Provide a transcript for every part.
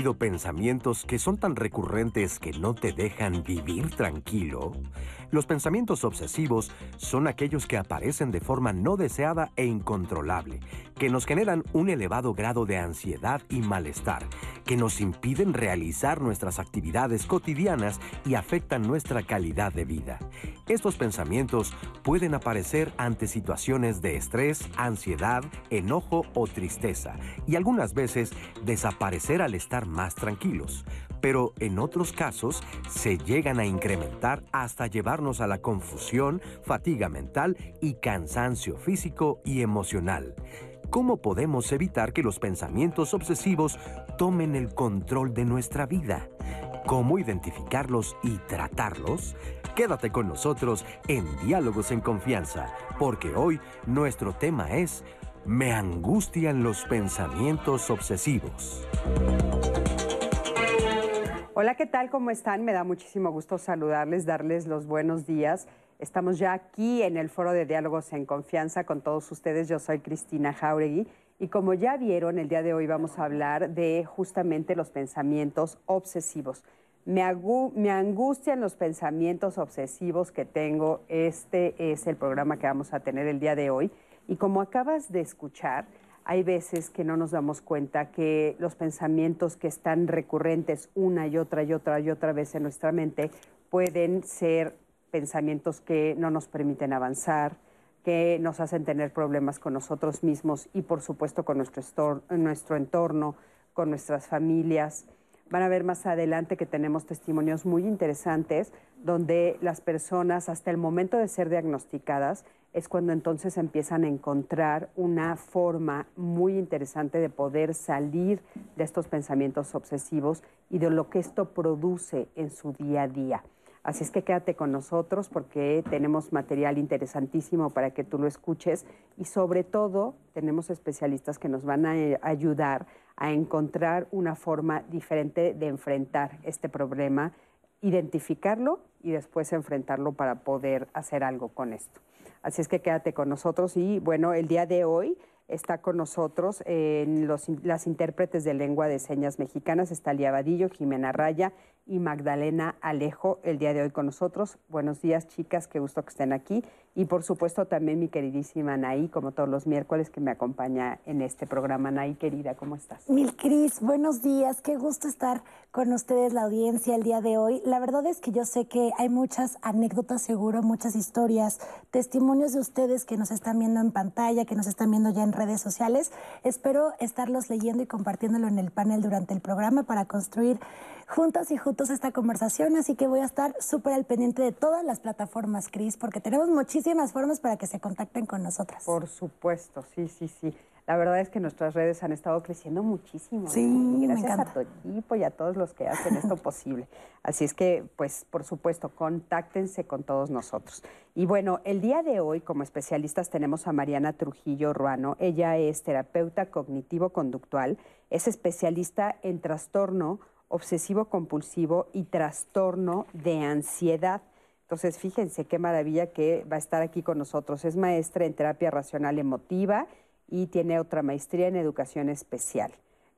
tenido pensamientos que son tan recurrentes que no te dejan vivir tranquilo? Los pensamientos obsesivos son aquellos que aparecen de forma no deseada e incontrolable, que nos generan un elevado grado de ansiedad y malestar, que nos impiden realizar nuestras actividades cotidianas y afectan nuestra calidad de vida. Estos pensamientos pueden aparecer ante situaciones de estrés, ansiedad, enojo o tristeza, y algunas veces desaparecer al estar más tranquilos. Pero en otros casos se llegan a incrementar hasta llevarnos a la confusión, fatiga mental y cansancio físico y emocional. ¿Cómo podemos evitar que los pensamientos obsesivos tomen el control de nuestra vida? ¿Cómo identificarlos y tratarlos? Quédate con nosotros en Diálogos en Confianza, porque hoy nuestro tema es Me angustian los pensamientos obsesivos. Hola, ¿qué tal? ¿Cómo están? Me da muchísimo gusto saludarles, darles los buenos días. Estamos ya aquí en el Foro de Diálogos en Confianza con todos ustedes. Yo soy Cristina Jauregui y como ya vieron, el día de hoy vamos a hablar de justamente los pensamientos obsesivos. Me angustian los pensamientos obsesivos que tengo. Este es el programa que vamos a tener el día de hoy. Y como acabas de escuchar, hay veces que no nos damos cuenta que los pensamientos que están recurrentes una y otra vez en nuestra mente pueden ser pensamientos que no nos permiten avanzar, que nos hacen tener problemas con nosotros mismos y por supuesto con nuestro entorno, con nuestras familias. Van a ver más adelante que tenemos testimonios muy interesantes donde las personas hasta el momento de ser diagnosticadas es cuando entonces empiezan a encontrar una forma muy interesante de poder salir de estos pensamientos obsesivos y de lo que esto produce en su día a día. Así es que quédate con nosotros porque tenemos material interesantísimo para que tú lo escuches y sobre todo tenemos especialistas que nos van a ayudar a encontrar una forma diferente de enfrentar este problema, identificarlo y después enfrentarlo para poder hacer algo con esto. Así es que quédate con nosotros y bueno, el día de hoy está con nosotros las intérpretes de lengua de señas mexicanas, está Lía Vadillo, Jimena Raya y Magdalena Alejo el día de hoy con nosotros. Buenos días, chicas, qué gusto que estén aquí. Y por supuesto también mi queridísima Anaí, como todos los miércoles, que me acompaña en este programa. Anaí, querida, ¿cómo estás? Mil Cris, buenos días, qué gusto estar con ustedes, la audiencia, el día de hoy. La verdad es que yo sé que hay muchas anécdotas, seguro, muchas historias, testimonios de ustedes que nos están viendo en pantalla, que nos están viendo ya en redes sociales. Espero estarlos leyendo y compartiéndolo en el panel durante el programa para construir juntas y juntos esta conversación, así que voy a estar súper al pendiente de todas las plataformas, Cris, porque tenemos muchísimas formas para que se contacten con nosotras. Por supuesto, sí. La verdad es que nuestras redes han estado creciendo muchísimo. Sí, ¿no? me Gracias encanta. a tu equipo y a todos los que hacen esto posible. Así es que, pues, por supuesto, contáctense con todos nosotros. Y bueno, el día de hoy, como especialistas, tenemos a Mariana Trujillo Ruano. Ella es terapeuta cognitivo-conductual, es especialista en trastorno obsesivo-compulsivo y trastorno de ansiedad. Entonces, fíjense qué maravilla que va a estar aquí con nosotros. Es maestra en terapia racional emotiva y tiene otra maestría en educación especial.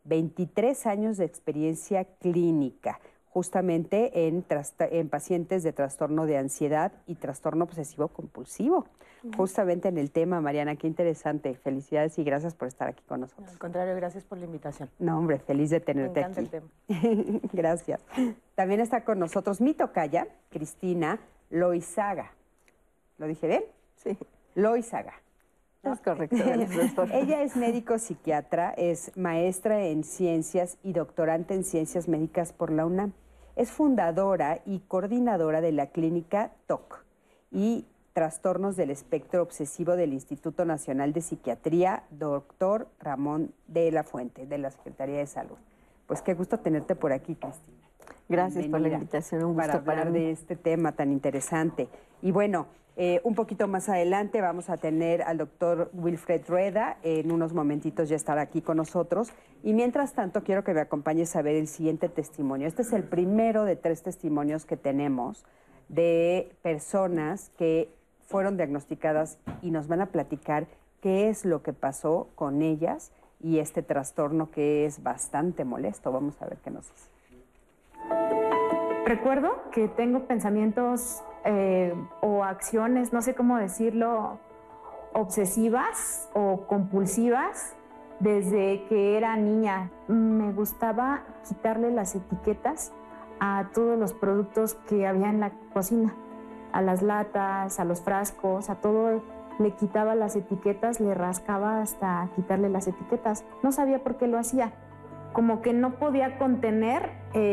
23 años de experiencia clínica, justamente en pacientes de trastorno de ansiedad y trastorno obsesivo-compulsivo. Justamente en el tema, Mariana, qué interesante. Felicidades y gracias por estar aquí con nosotros. Al contrario, gracias por la invitación. No, hombre, feliz de tenerte aquí. Me encanta el tema. Gracias. También está con nosotros mi tocaya, Cristina Loizaga. ¿Lo dije bien? Sí. Loizaga. ¿No? Es correcto. Ella es médico psiquiatra, es maestra en ciencias y doctorante en ciencias médicas por la UNAM. Es fundadora y coordinadora de la clínica TOC y Trastornos del Espectro Obsesivo del Instituto Nacional de Psiquiatría, doctor Ramón de la Fuente, de la Secretaría de Salud. Pues qué gusto tenerte por aquí, Cristina. Gracias por la invitación, un gusto para hablar mí. de este tema tan interesante. Y bueno, un poquito más adelante vamos a tener al doctor Wilfred Rueda, en unos momentitos ya estará aquí con nosotros. Y mientras tanto, quiero que me acompañes a ver el siguiente testimonio. Este es el primero de 3 testimonios que tenemos de personas que fueron diagnosticadas y nos van a platicar qué es lo que pasó con ellas y este trastorno que es bastante molesto. Vamos a ver qué nos dice. Recuerdo que tengo pensamientos o acciones, no sé cómo decirlo, obsesivas o compulsivas desde que era niña. Me gustaba quitarle las etiquetas a todos los productos que había en la cocina, a las latas, a los frascos, a todo. Le quitaba las etiquetas, le rascaba hasta quitarle las etiquetas. No sabía por qué lo hacía. Como que no podía contener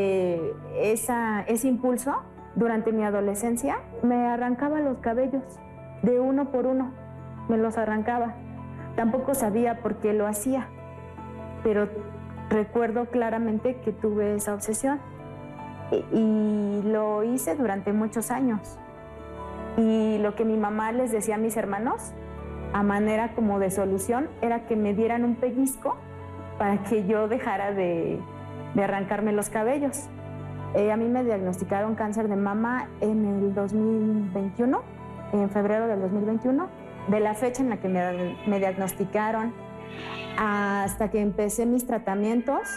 ese impulso. Durante mi adolescencia me arrancaba los cabellos de uno por uno, me los arrancaba. Tampoco sabía por qué lo hacía, pero recuerdo claramente que tuve esa obsesión y lo hice durante muchos años. Y lo que mi mamá les decía a mis hermanos, a manera como de solución, era que me dieran un pellizco para que yo dejara de arrancarme los cabellos. A mí me diagnosticaron cáncer de mama en el 2021, en febrero del 2021. De la fecha en la que me diagnosticaron hasta que empecé mis tratamientos,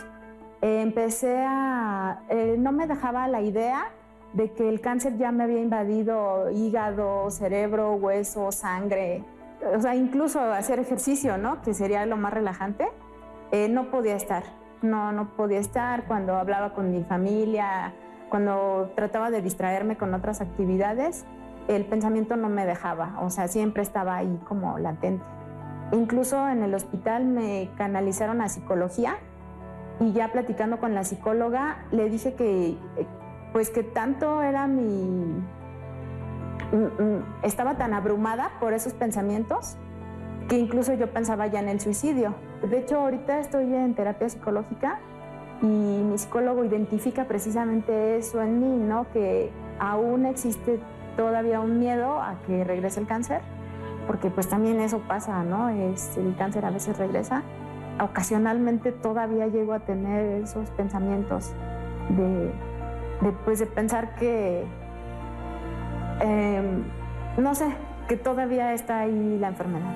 no me dejaba la idea de que el cáncer ya me había invadido hígado, cerebro, hueso, sangre. O sea, incluso hacer ejercicio, ¿no? Que sería lo más relajante. No podía estar. No podía estar cuando hablaba con mi familia, cuando trataba de distraerme con otras actividades, el pensamiento no me dejaba, o sea, siempre estaba ahí como latente. Incluso en el hospital me canalizaron a psicología y ya platicando con la psicóloga le dije que tanto era estaba tan abrumada por esos pensamientos que incluso yo pensaba ya en el suicidio. De hecho, ahorita estoy en terapia psicológica y mi psicólogo identifica precisamente eso en mí, ¿no? Que aún existe todavía un miedo a que regrese el cáncer, porque pues también eso pasa, ¿no? El cáncer a veces regresa. Ocasionalmente todavía llego a tener esos pensamientos de pensar que, no sé, que todavía está ahí la enfermedad.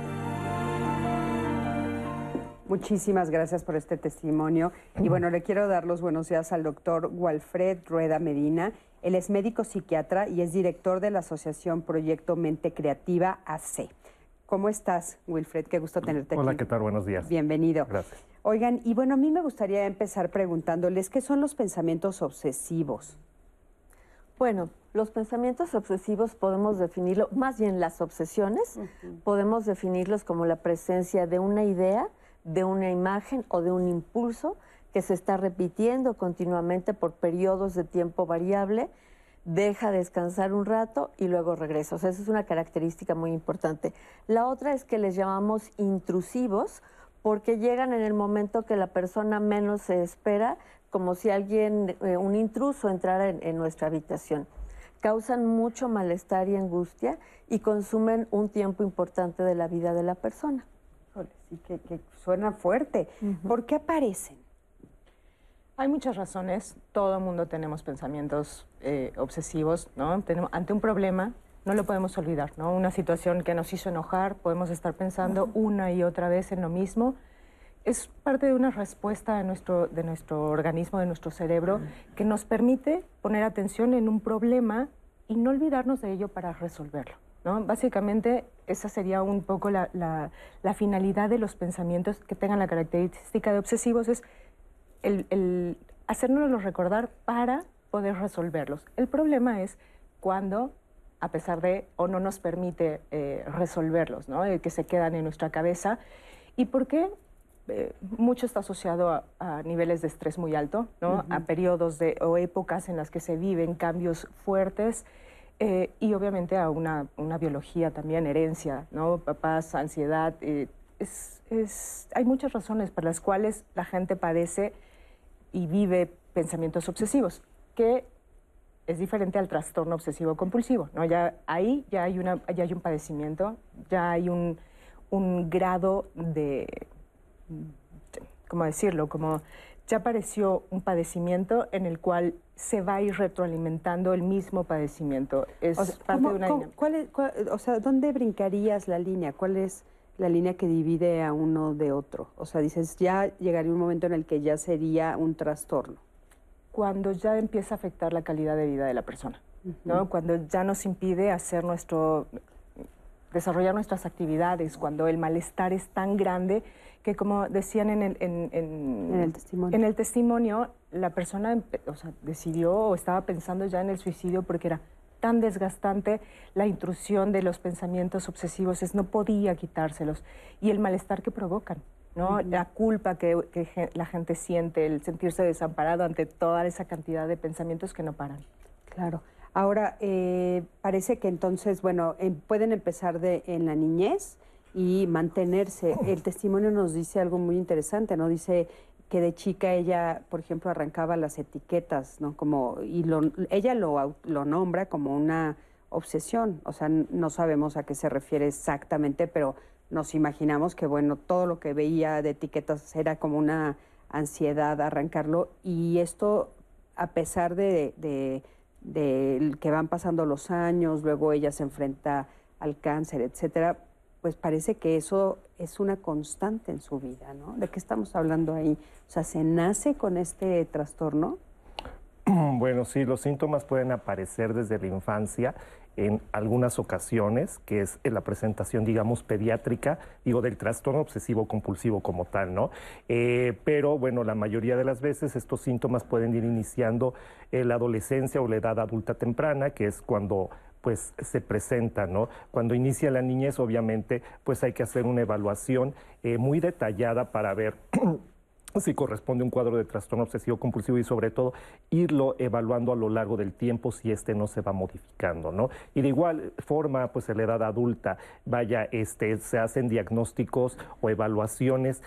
Muchísimas gracias por este testimonio. Y bueno, le quiero dar los buenos días al doctor Walfred Rueda Medina. Él es médico psiquiatra y es director de la Asociación Proyecto Mente Creativa AC. ¿Cómo estás, Wilfred? Qué gusto tenerte aquí. Hola, ¿qué tal? Buenos días. Bienvenido. Gracias. Oigan, y bueno, a mí me gustaría empezar preguntándoles qué son los pensamientos obsesivos. Bueno, los pensamientos obsesivos podemos definirlo, más bien las obsesiones, podemos definirlos como la presencia de una idea, de una imagen o de un impulso que se está repitiendo continuamente por periodos de tiempo variable, deja descansar un rato y luego regresa. O sea, esa es una característica muy importante. La otra es que les llamamos intrusivos porque llegan en el momento que la persona menos se espera, como si alguien, un intruso, entrara en nuestra habitación. Causan mucho malestar y angustia y consumen un tiempo importante de la vida de la persona. Sí, que suena fuerte. ¿Por qué aparecen? Hay muchas razones. Todo el mundo tenemos pensamientos obsesivos, ¿no? Ante un problema no lo podemos olvidar, ¿no? Una situación que nos hizo enojar, podemos estar pensando una y otra vez en lo mismo. Es parte de una respuesta de nuestro organismo, de nuestro cerebro, que nos permite poner atención en un problema y no olvidarnos de ello para resolverlo, ¿no? Básicamente, esa sería un poco la finalidad de los pensamientos que tengan la característica de obsesivos, es el hacérnoslos recordar para poder resolverlos. El problema es cuando, a pesar de, o no nos permite resolverlos, ¿no? Que se quedan en nuestra cabeza. ¿Y por qué? Mucho está asociado a niveles de estrés muy alto, ¿no? A periodos o épocas en las que se viven cambios fuertes y obviamente a una biología también, herencia, ¿no? Papás, ansiedad. Hay muchas razones por las cuales la gente padece y vive pensamientos obsesivos, que es diferente al trastorno obsesivo compulsivo, ¿no? Ya hay un padecimiento, ya hay un grado de, ¿cómo decirlo? Como ya apareció un padecimiento en el cual se va a ir retroalimentando el mismo padecimiento. Es parte de una dinámica. O sea, ¿dónde brincarías la línea? ¿Cuál es la línea que divide a uno de otro? O sea, dices, ya llegaría un momento en el que ya sería un trastorno. Cuando ya empieza a afectar la calidad de vida de la persona, ¿no? Cuando ya nos impide desarrollar nuestras actividades, cuando el malestar es tan grande que, como decían en el testimonio, la persona decidió o estaba pensando ya en el suicidio porque era tan desgastante la intrusión de los pensamientos obsesivos, no podía quitárselos, y el malestar que provocan, ¿no? La culpa que la gente siente, el sentirse desamparado ante toda esa cantidad de pensamientos que no paran. Claro. Ahora, parece que entonces, bueno, pueden empezar en la niñez y mantenerse. El testimonio nos dice algo muy interesante, ¿no? Dice que de chica ella, por ejemplo, arrancaba las etiquetas, ¿no? Ella lo nombra como una obsesión. O sea, no sabemos a qué se refiere exactamente, pero nos imaginamos que, bueno, todo lo que veía de etiquetas era como una ansiedad arrancarlo. Y esto, a pesar de que van pasando los años, luego ella se enfrenta al cáncer, etcétera, pues parece que eso es una constante en su vida, ¿no? ¿De qué estamos hablando ahí? O sea, ¿se nace con este trastorno? Bueno, sí, los síntomas pueden aparecer desde la infancia en algunas ocasiones, que es en la presentación, digamos, pediátrica, del trastorno obsesivo compulsivo como tal, ¿no? Pero, bueno, la mayoría de las veces estos síntomas pueden ir iniciando en la adolescencia o la edad adulta temprana, que es cuando pues se presenta, ¿no? Cuando inicia la niñez, obviamente, pues hay que hacer una evaluación muy detallada para ver si corresponde a un cuadro de trastorno obsesivo compulsivo y, sobre todo, irlo evaluando a lo largo del tiempo si no se va modificando, ¿no? Y de igual forma, pues en la edad adulta, se hacen diagnósticos o evaluaciones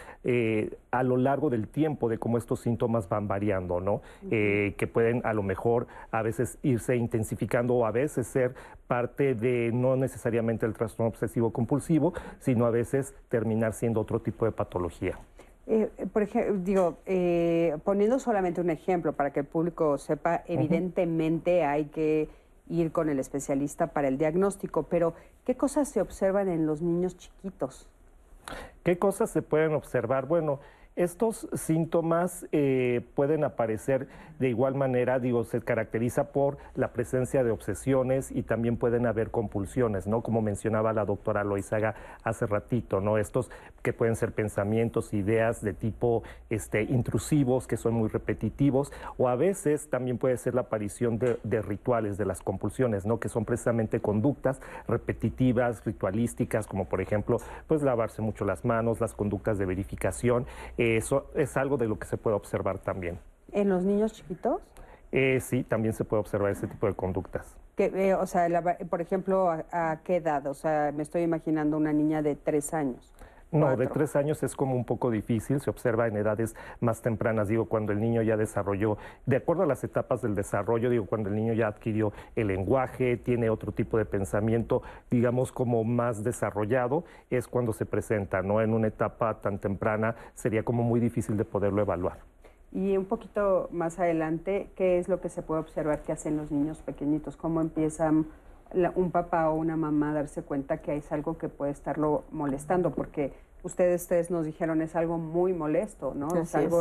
a lo largo del tiempo de cómo estos síntomas van variando, ¿no? Que pueden a lo mejor a veces irse intensificando o a veces ser parte de no necesariamente el trastorno obsesivo compulsivo, sino a veces terminar siendo otro tipo de patología. Por ejemplo, poniendo solamente un ejemplo para que el público sepa, evidentemente hay que ir con el especialista para el diagnóstico, pero ¿qué cosas se observan en los niños chiquitos? ¿Qué cosas se pueden observar? Bueno, estos síntomas pueden aparecer de igual manera, se caracteriza por la presencia de obsesiones y también pueden haber compulsiones, ¿no? Como mencionaba la doctora Loizaga hace ratito, ¿no? Estos que pueden ser pensamientos, ideas de tipo intrusivos, que son muy repetitivos, o a veces también puede ser la aparición de rituales de las compulsiones, ¿no? Que son precisamente conductas repetitivas, ritualísticas, como por ejemplo, pues lavarse mucho las manos, las conductas de verificación. Eso es algo de lo que se puede observar también. ¿En los niños chiquitos? Sí, también se puede observar ese tipo de conductas. O sea, por ejemplo, ¿a qué edad? O sea, me estoy imaginando una niña de 3 años. No, 4. de 3 años es como un poco difícil, se observa en edades más tempranas, cuando el niño ya desarrolló, de acuerdo a las etapas del desarrollo, cuando el niño ya adquirió el lenguaje, tiene otro tipo de pensamiento, digamos, como más desarrollado, es cuando se presenta, ¿no? En una etapa tan temprana sería como muy difícil de poderlo evaluar. Y un poquito más adelante, ¿qué es lo que se puede observar que hacen los niños pequeñitos? ¿Cómo empiezan un papá o una mamá a darse cuenta que es algo que puede estarlo molestando? Porque ustedes nos dijeron es algo muy molesto, ¿no? Es algo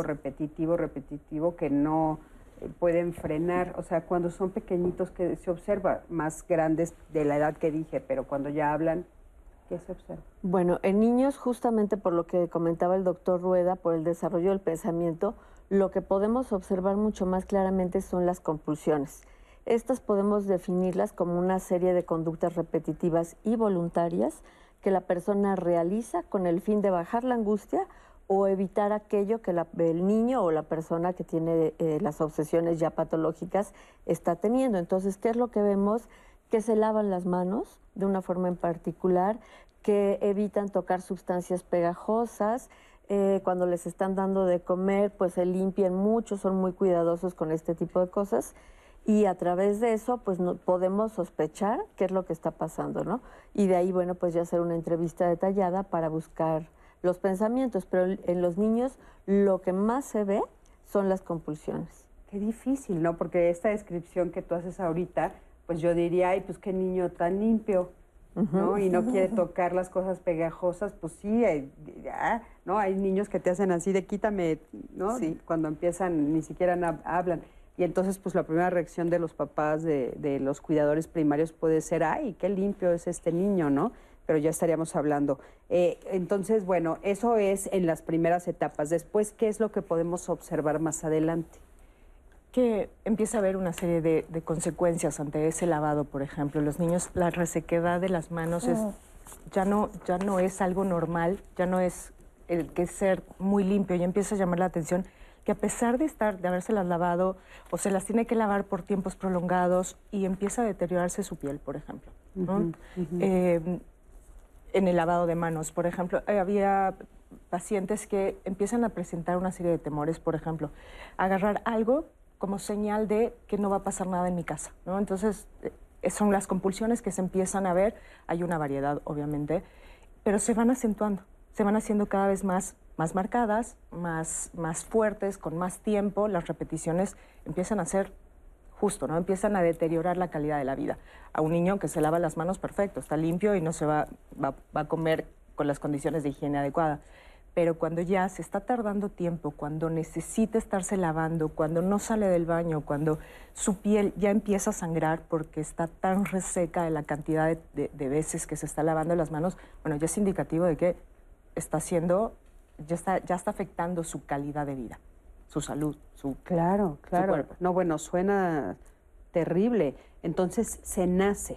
repetitivo que no pueden frenar. O sea, cuando son pequeñitos, que se observa, más grandes de la edad que dije, pero cuando ya hablan, ¿qué se observa? Bueno, en niños, justamente por lo que comentaba el doctor Rueda, por el desarrollo del pensamiento, lo que podemos observar mucho más claramente son las compulsiones. Estas podemos definirlas como una serie de conductas repetitivas y voluntarias que la persona realiza con el fin de bajar la angustia o evitar aquello que el niño o la persona que tiene las obsesiones ya patológicas está teniendo. Entonces, ¿qué es lo que vemos? Que se lavan las manos de una forma en particular, que evitan tocar sustancias pegajosas. Cuando les están dando de comer, pues se limpian mucho, son muy cuidadosos con este tipo de cosas. Y a través de eso, pues podemos sospechar qué es lo que está pasando, ¿no? Y de ahí, bueno, pues ya hacer una entrevista detallada para buscar los pensamientos. Pero en los niños lo que más se ve son las compulsiones. Qué difícil, ¿no? Porque esta descripción que tú haces ahorita, pues yo diría, ay, pues qué niño tan limpio. ¿no? Y no quiere tocar las cosas pegajosas, pues sí, ¿no? Hay niños que te hacen así de quítame, ¿no? Sí. Cuando empiezan ni siquiera hablan. Y entonces, pues la primera reacción de los papás, de los cuidadores primarios puede ser, ay, qué limpio es este niño, ¿no? Pero ya estaríamos hablando. Entonces, bueno, eso es en las primeras etapas. Después, ¿qué es lo que podemos observar más adelante? Que empieza a haber una serie de consecuencias ante ese lavado, por ejemplo. Los niños, la resequedad de las manos ya no es algo normal, ya no es el que ser muy limpio, ya empieza a llamar la atención que a pesar de habérselas lavado o se las tiene que lavar por tiempos prolongados y empieza a deteriorarse su piel, por ejemplo, ¿no? En el lavado de manos, por ejemplo, había pacientes que empiezan a presentar una serie de temores, por ejemplo, agarrar algo como señal de que no va a pasar nada en mi casa, ¿no? Entonces, son las compulsiones que se empiezan a ver, hay una variedad, obviamente, pero se van acentuando, se van haciendo cada vez más marcadas, más fuertes, con más tiempo, las repeticiones empiezan a ser justo, ¿no? Empiezan a deteriorar la calidad de la vida. A un niño que se lava las manos, perfecto, está limpio y no se va a comer con las condiciones de higiene adecuada. Pero cuando ya se está tardando tiempo, cuando necesita estarse lavando, cuando no sale del baño, cuando su piel ya empieza a sangrar porque está tan reseca de la cantidad de veces que se está lavando las manos, bueno, ya es indicativo de que ya está afectando su calidad de vida, su salud, su cuerpo. No, bueno, suena terrible. Entonces, se nace.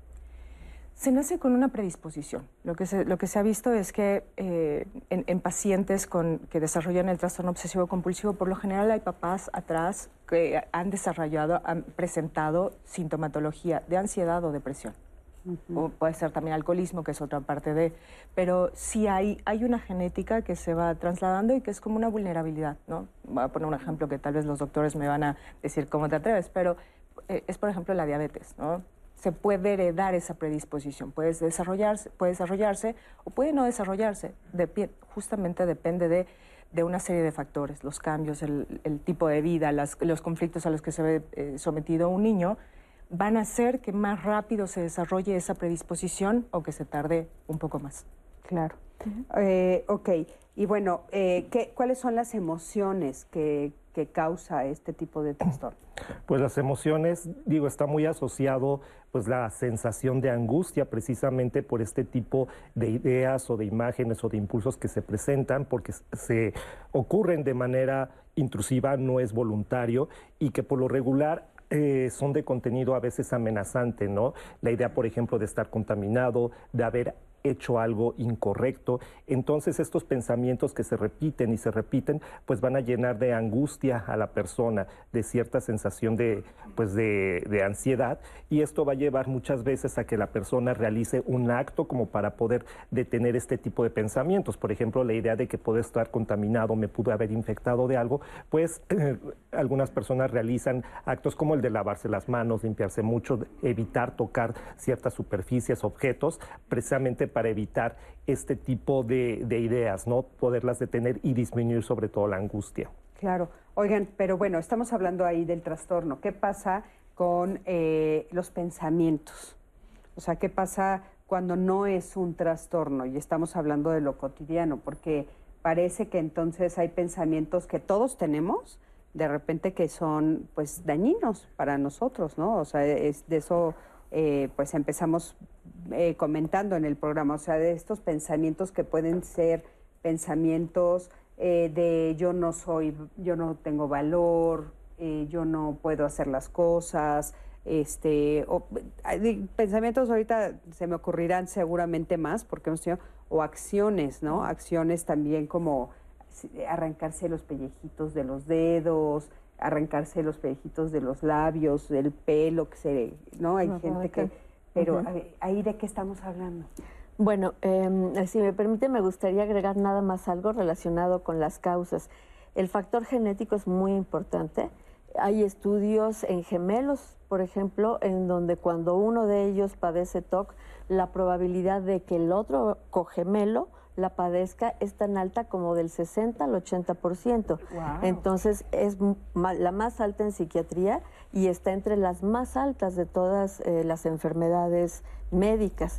Se nace con una predisposición. Lo que se ha visto es que en pacientes que desarrollan el trastorno obsesivo compulsivo, por lo general hay papás atrás que han presentado sintomatología de ansiedad o depresión. O puede ser también alcoholismo, que es otra parte de... Pero sí hay una genética que se va trasladando y que es como una vulnerabilidad, ¿no? Voy a poner un ejemplo que tal vez los doctores me van a decir cómo te atreves, pero es, por ejemplo, la diabetes, ¿no? Se puede heredar esa predisposición, puede desarrollarse o puede no desarrollarse, justamente depende de una serie de factores, los cambios, el tipo de vida, los conflictos a los que se ve sometido un niño, van a hacer que más rápido se desarrolle esa predisposición o que se tarde un poco más. Claro. Ok, y bueno, ¿cuáles son las emociones que causa este tipo de trastorno? Pues las emociones, digo, está muy asociado pues la sensación de angustia precisamente por este tipo de ideas o de imágenes o de impulsos que se presentan porque se ocurren de manera intrusiva, no es voluntario y que por lo regular son de contenido a veces amenazante, ¿no? La idea, por ejemplo, de estar contaminado, de haber hecho algo incorrecto. Entonces estos pensamientos que se repiten y se repiten, pues van a llenar de angustia a la persona, de cierta sensación de ansiedad, y esto va a llevar muchas veces a que la persona realice un acto como para poder detener este tipo de pensamientos. Por ejemplo, la idea de que puedo estar contaminado, me pude haber infectado de algo, pues algunas personas realizan actos como el de lavarse las manos, limpiarse mucho, evitar tocar ciertas superficies, objetos, precisamente para evitar este tipo de ideas, ¿no? Poderlas detener y disminuir sobre todo la angustia. Claro. Oigan, pero bueno, estamos hablando ahí del trastorno. ¿Qué pasa con los pensamientos? O sea, ¿qué pasa cuando no es un trastorno? Y estamos hablando de lo cotidiano, porque parece que entonces hay pensamientos que todos tenemos, de repente que son pues dañinos para nosotros, ¿no? O sea, es de eso pues empezamos comentando en el programa, o sea, de estos pensamientos que pueden ser pensamientos de yo no tengo valor, yo no puedo hacer las cosas, pensamientos ahorita se me ocurrirán seguramente más, porque hemos tenido, o acciones, ¿no? Acciones también como arrancarse los pellejitos de los dedos, arrancarse los pellejitos de los labios, del pelo, ¿no? Hay gente que... Pero ahí, ¿de qué estamos hablando? Bueno, si me permite, me gustaría agregar nada más algo relacionado con las causas. El factor genético es muy importante. Hay estudios en gemelos, por ejemplo, en donde cuando uno de ellos padece TOC, la probabilidad de que el otro cogemelo la padezca es tan alta como del 60 al 80%. Wow. Entonces es la más alta en psiquiatría y está entre las más altas de todas las enfermedades médicas.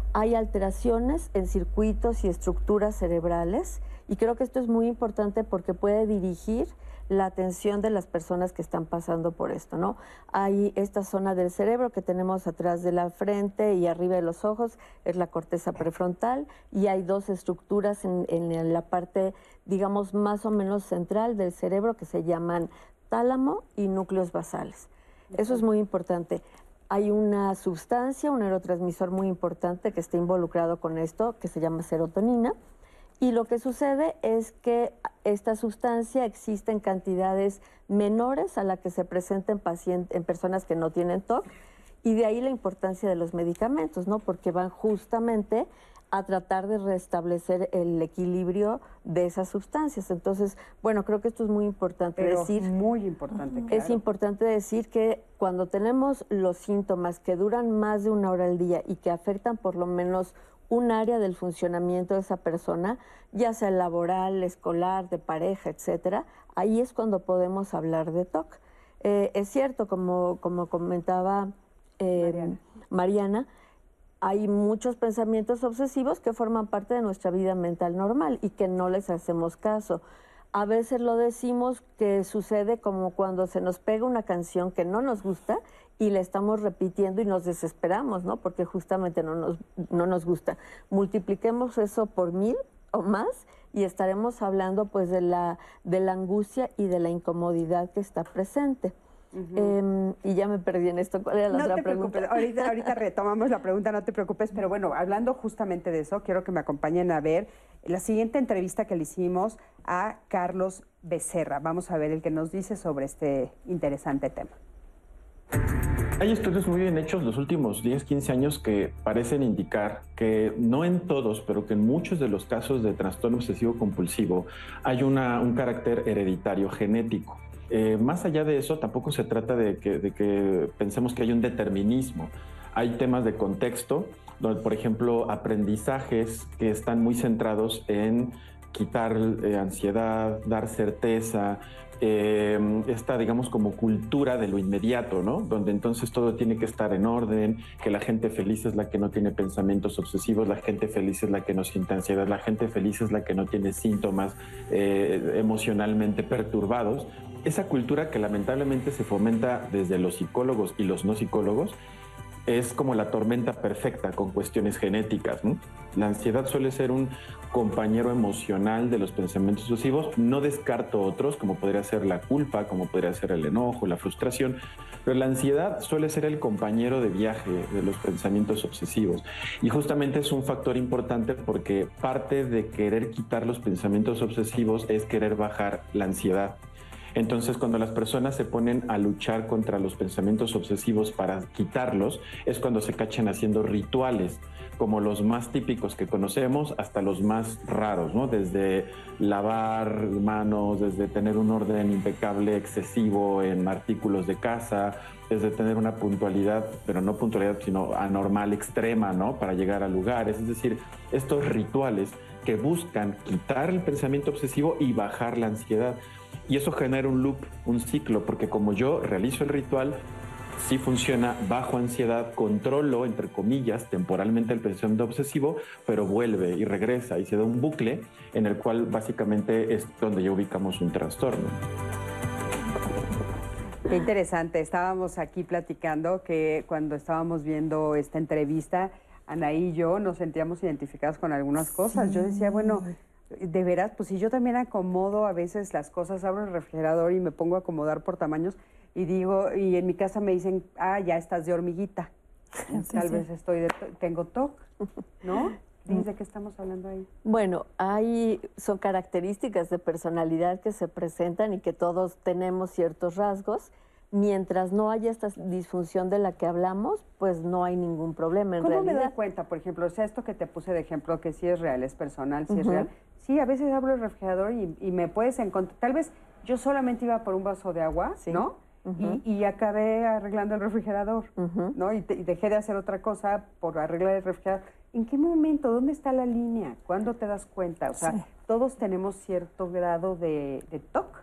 hay alteraciones en circuitos y estructuras cerebrales, y creo que esto es muy importante porque puede dirigir la atención de las personas que están pasando por esto, ¿no? Hay esta zona del cerebro que tenemos atrás de la frente y arriba de los ojos, es la corteza prefrontal, y hay dos estructuras en la parte, digamos, más o menos central del cerebro que se llaman tálamo y núcleos basales. Eso es muy importante. Hay una sustancia, un neurotransmisor muy importante que está involucrado con esto, que se llama serotonina. Y lo que sucede es que esta sustancia existe en cantidades menores a la que se presenta en personas que no tienen TOC, y de ahí la importancia de los medicamentos, ¿no? Porque van justamente a tratar de restablecer el equilibrio de esas sustancias. Entonces, bueno, creo que esto es muy importante decir. Muy importante, claro. Es importante decir que cuando tenemos los síntomas que duran más de 1 hora al día y que afectan por lo menos un área del funcionamiento de esa persona, ya sea laboral, escolar, de pareja, etcétera, ahí es cuando podemos hablar de TOC. Es cierto, como comentaba Mariana, hay muchos pensamientos obsesivos que forman parte de nuestra vida mental normal y que no les hacemos caso. A veces lo decimos que sucede como cuando se nos pega una canción que no nos gusta y la estamos repitiendo y nos desesperamos, ¿no? Porque justamente no nos gusta. Multipliquemos eso por 1000 o más y estaremos hablando pues de la angustia y de la incomodidad que está presente. Y ya me perdí en esto. ¿Cuál era la otra pregunta? Ahorita retomamos la pregunta, no te preocupes, pero bueno, hablando justamente de eso, quiero que me acompañen a ver la siguiente entrevista que le hicimos a Carlos Becerra. Vamos a ver el que nos dice sobre este interesante tema. Hay estudios muy bien hechos los últimos 10, 15 años que parecen indicar que no en todos, pero que en muchos de los casos de trastorno obsesivo compulsivo hay un carácter hereditario genético. Más allá de eso, tampoco se trata de que pensemos que hay un determinismo. Hay temas de contexto, donde, por ejemplo, aprendizajes que están muy centrados en quitar ansiedad, dar certeza, esta, digamos, como cultura de lo inmediato, ¿no? Donde entonces todo tiene que estar en orden, que la gente feliz es la que no tiene pensamientos obsesivos, la gente feliz es la que no siente ansiedad, la gente feliz es la que no tiene síntomas emocionalmente perturbados. Esa cultura que lamentablemente se fomenta desde los psicólogos y los no psicólogos es como la tormenta perfecta con cuestiones genéticas, ¿no? La ansiedad suele ser un compañero emocional de los pensamientos obsesivos. No descarto otros, como podría ser la culpa, como podría ser el enojo, la frustración, pero la ansiedad suele ser el compañero de viaje de los pensamientos obsesivos. Y justamente es un factor importante porque parte de querer quitar los pensamientos obsesivos es querer bajar la ansiedad. Entonces, cuando las personas se ponen a luchar contra los pensamientos obsesivos para quitarlos, es cuando se cachan haciendo rituales, como los más típicos que conocemos hasta los más raros, ¿no? Desde lavar manos, desde tener un orden impecable, excesivo en artículos de casa, desde tener una puntualidad, pero no puntualidad, sino anormal, extrema, ¿no? Para llegar a lugares. Es decir, estos rituales que buscan quitar el pensamiento obsesivo y bajar la ansiedad. Y eso genera un loop, un ciclo, porque como yo realizo el ritual, sí funciona bajo ansiedad, controlo, entre comillas, temporalmente el pensamiento obsesivo, pero vuelve y regresa y se da un bucle en el cual básicamente es donde ya ubicamos un trastorno. Qué interesante. Estábamos aquí platicando que cuando estábamos viendo esta entrevista, Anaí y yo nos sentíamos identificados con algunas cosas. Yo decía, bueno, de veras, pues si yo también acomodo a veces las cosas, abro el refrigerador y me pongo a acomodar por tamaños y digo, y en mi casa me dicen, ya estás de hormiguita. Tal vez tengo TOC, ¿no? ¿De qué estamos hablando ahí? Bueno, son características de personalidad que se presentan y que todos tenemos ciertos rasgos. Mientras no haya esta disfunción de la que hablamos, pues no hay ningún problema en realidad. ¿Cómo me doy cuenta, por ejemplo, o sea, esto que te puse de ejemplo, que sí es real, es personal, sí es real? Sí, a veces abro el refrigerador y me puedes encontrar, tal vez yo solamente iba por un vaso de agua, ¿sí? ¿No? Y acabé arreglando el refrigerador, ¿no? Y dejé de hacer otra cosa por arreglar el refrigerador. ¿En qué momento? ¿Dónde está la línea? ¿Cuándo te das cuenta? O sea, todos tenemos cierto grado de TOC.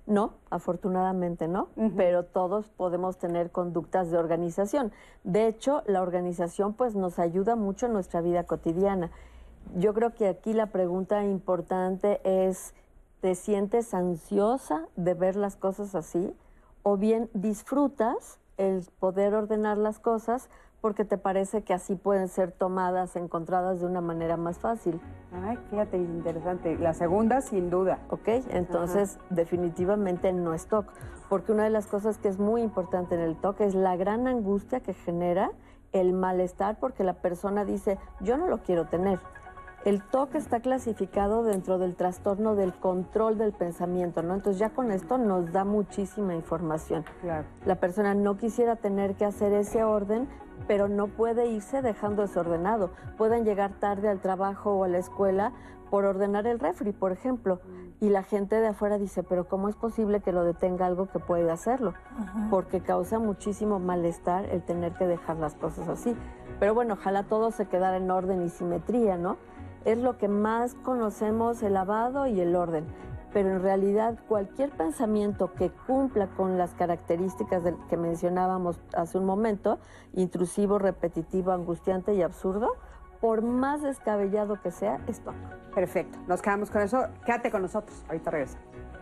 No, afortunadamente no, pero todos podemos tener conductas de organización. De hecho, la organización pues nos ayuda mucho en nuestra vida cotidiana. Yo creo que aquí la pregunta importante es, ¿te sientes ansiosa de ver las cosas así? ¿O bien disfrutas el poder ordenar las cosas porque te parece que así pueden ser tomadas, encontradas de una manera más fácil? Ay, fíjate, interesante. La segunda, sin duda. ¿Ok? Entonces, definitivamente no es TOC, porque una de las cosas que es muy importante en el TOC es la gran angustia que genera el malestar porque la persona dice, yo no lo quiero tener. El TOC está clasificado dentro del trastorno del control del pensamiento, ¿no? Entonces ya con esto nos da muchísima información. Claro. La persona no quisiera tener que hacer ese orden, pero no puede irse dejando desordenado. Pueden llegar tarde al trabajo o a la escuela por ordenar el refri, por ejemplo. Y la gente de afuera dice, pero ¿cómo es posible que lo detenga algo que puede hacerlo? Porque causa muchísimo malestar el tener que dejar las cosas así. Pero bueno, ojalá todo se quedara en orden y simetría, ¿no? Es lo que más conocemos, el lavado y el orden. Pero en realidad cualquier pensamiento que cumpla con las características que mencionábamos hace un momento, intrusivo, repetitivo, angustiante y absurdo, por más descabellado que sea, es TOC. Perfecto. Nos quedamos con eso. Quédate con nosotros. Ahorita regresamos.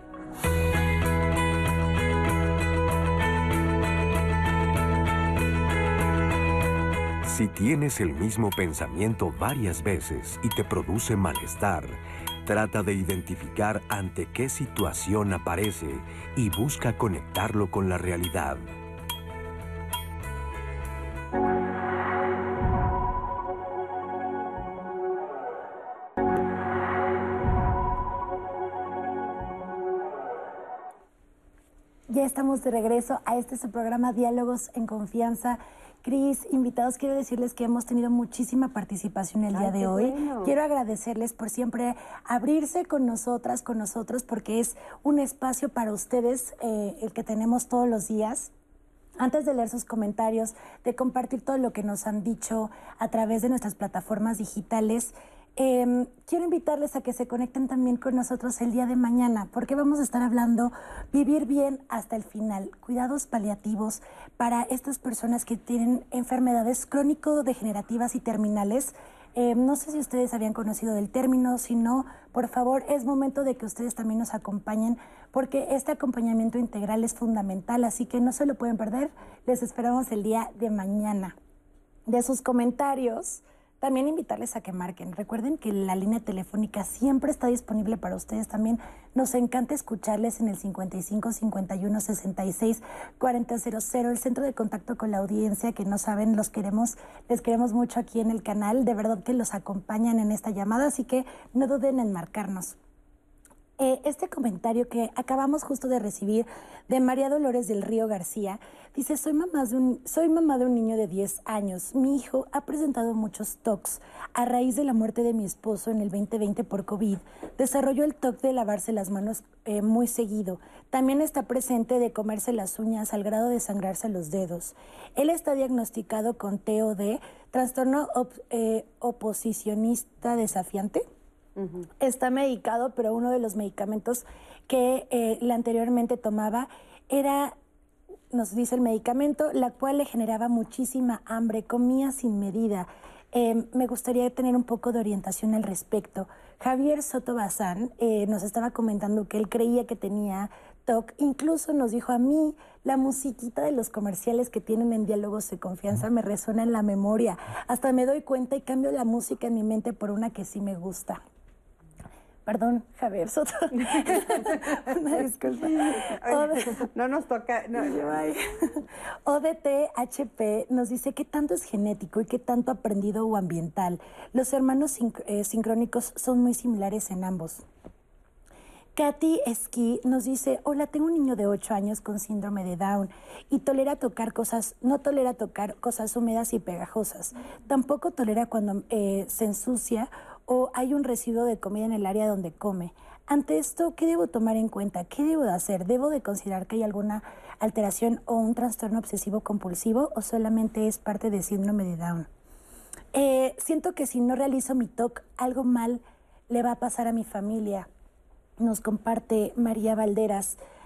Si tienes el mismo pensamiento varias veces y te produce malestar, trata de identificar ante qué situación aparece y busca conectarlo con la realidad. Ya estamos de regreso a su programa Diálogos en Confianza. Cris, invitados, quiero decirles que hemos tenido muchísima participación el día de hoy. Bueno. Quiero agradecerles por siempre abrirse con nosotras, con nosotros, porque es un espacio para ustedes el que tenemos todos los días. Antes de leer sus comentarios, de compartir todo lo que nos han dicho a través de nuestras plataformas digitales, quiero invitarles a que se conecten también con nosotros el día de mañana, porque vamos a estar hablando vivir bien hasta el final, cuidados paliativos para estas personas que tienen enfermedades crónico-degenerativas y terminales. No sé si ustedes habían conocido del término, si no, por favor, es momento de que ustedes también nos acompañen, porque este acompañamiento integral es fundamental, así que no se lo pueden perder. Les esperamos el día de mañana. De sus comentarios, también invitarles a que marquen. Recuerden que la línea telefónica siempre está disponible para ustedes también. Nos encanta escucharles en el 55 51 66 4000, el centro de contacto con la audiencia, que no saben, les queremos mucho aquí en el canal. De verdad que los acompañan en esta llamada, así que no duden en marcarnos. Este comentario que acabamos justo de recibir de María Dolores del Río García, dice, soy mamá de un niño de 10 años. Mi hijo ha presentado muchos TOCs a raíz de la muerte de mi esposo en el 2020 por COVID. Desarrolló el TOC de lavarse las manos muy seguido. También está presente de comerse las uñas al grado de sangrarse los dedos. Él está diagnosticado con TOD, trastorno oposicionista desafiante. Está medicado, pero uno de los medicamentos que él anteriormente tomaba era, nos dice el medicamento, la cual le generaba muchísima hambre, comía sin medida. Me gustaría tener un poco de orientación al respecto. Javier Soto Bazán nos estaba comentando que él creía que tenía TOC. Incluso nos dijo, a mí la musiquita de los comerciales que tienen en Diálogos de Confianza me resuena en la memoria. Hasta me doy cuenta y cambio la música en mi mente por una que sí me gusta. Perdón, Javier Soto. Una disculpa. No nos toca. No. ODTHP nos dice qué tanto es genético y qué tanto aprendido o ambiental. Los hermanos sincrónicos son muy similares en ambos. Katy Esquí nos dice, hola, tengo un niño de 8 años con síndrome de Down y no tolera tocar cosas húmedas y pegajosas. Tampoco tolera cuando se ensucia o hay un residuo de comida en el área donde come. Ante esto, ¿qué debo tomar en cuenta? ¿Qué debo de hacer? ¿Debo de considerar que hay alguna alteración o un trastorno obsesivo compulsivo o solamente es parte del síndrome de Down? Siento que si no realizo mi TOC, algo mal le va a pasar a mi familia. Nos comparte María Valderas.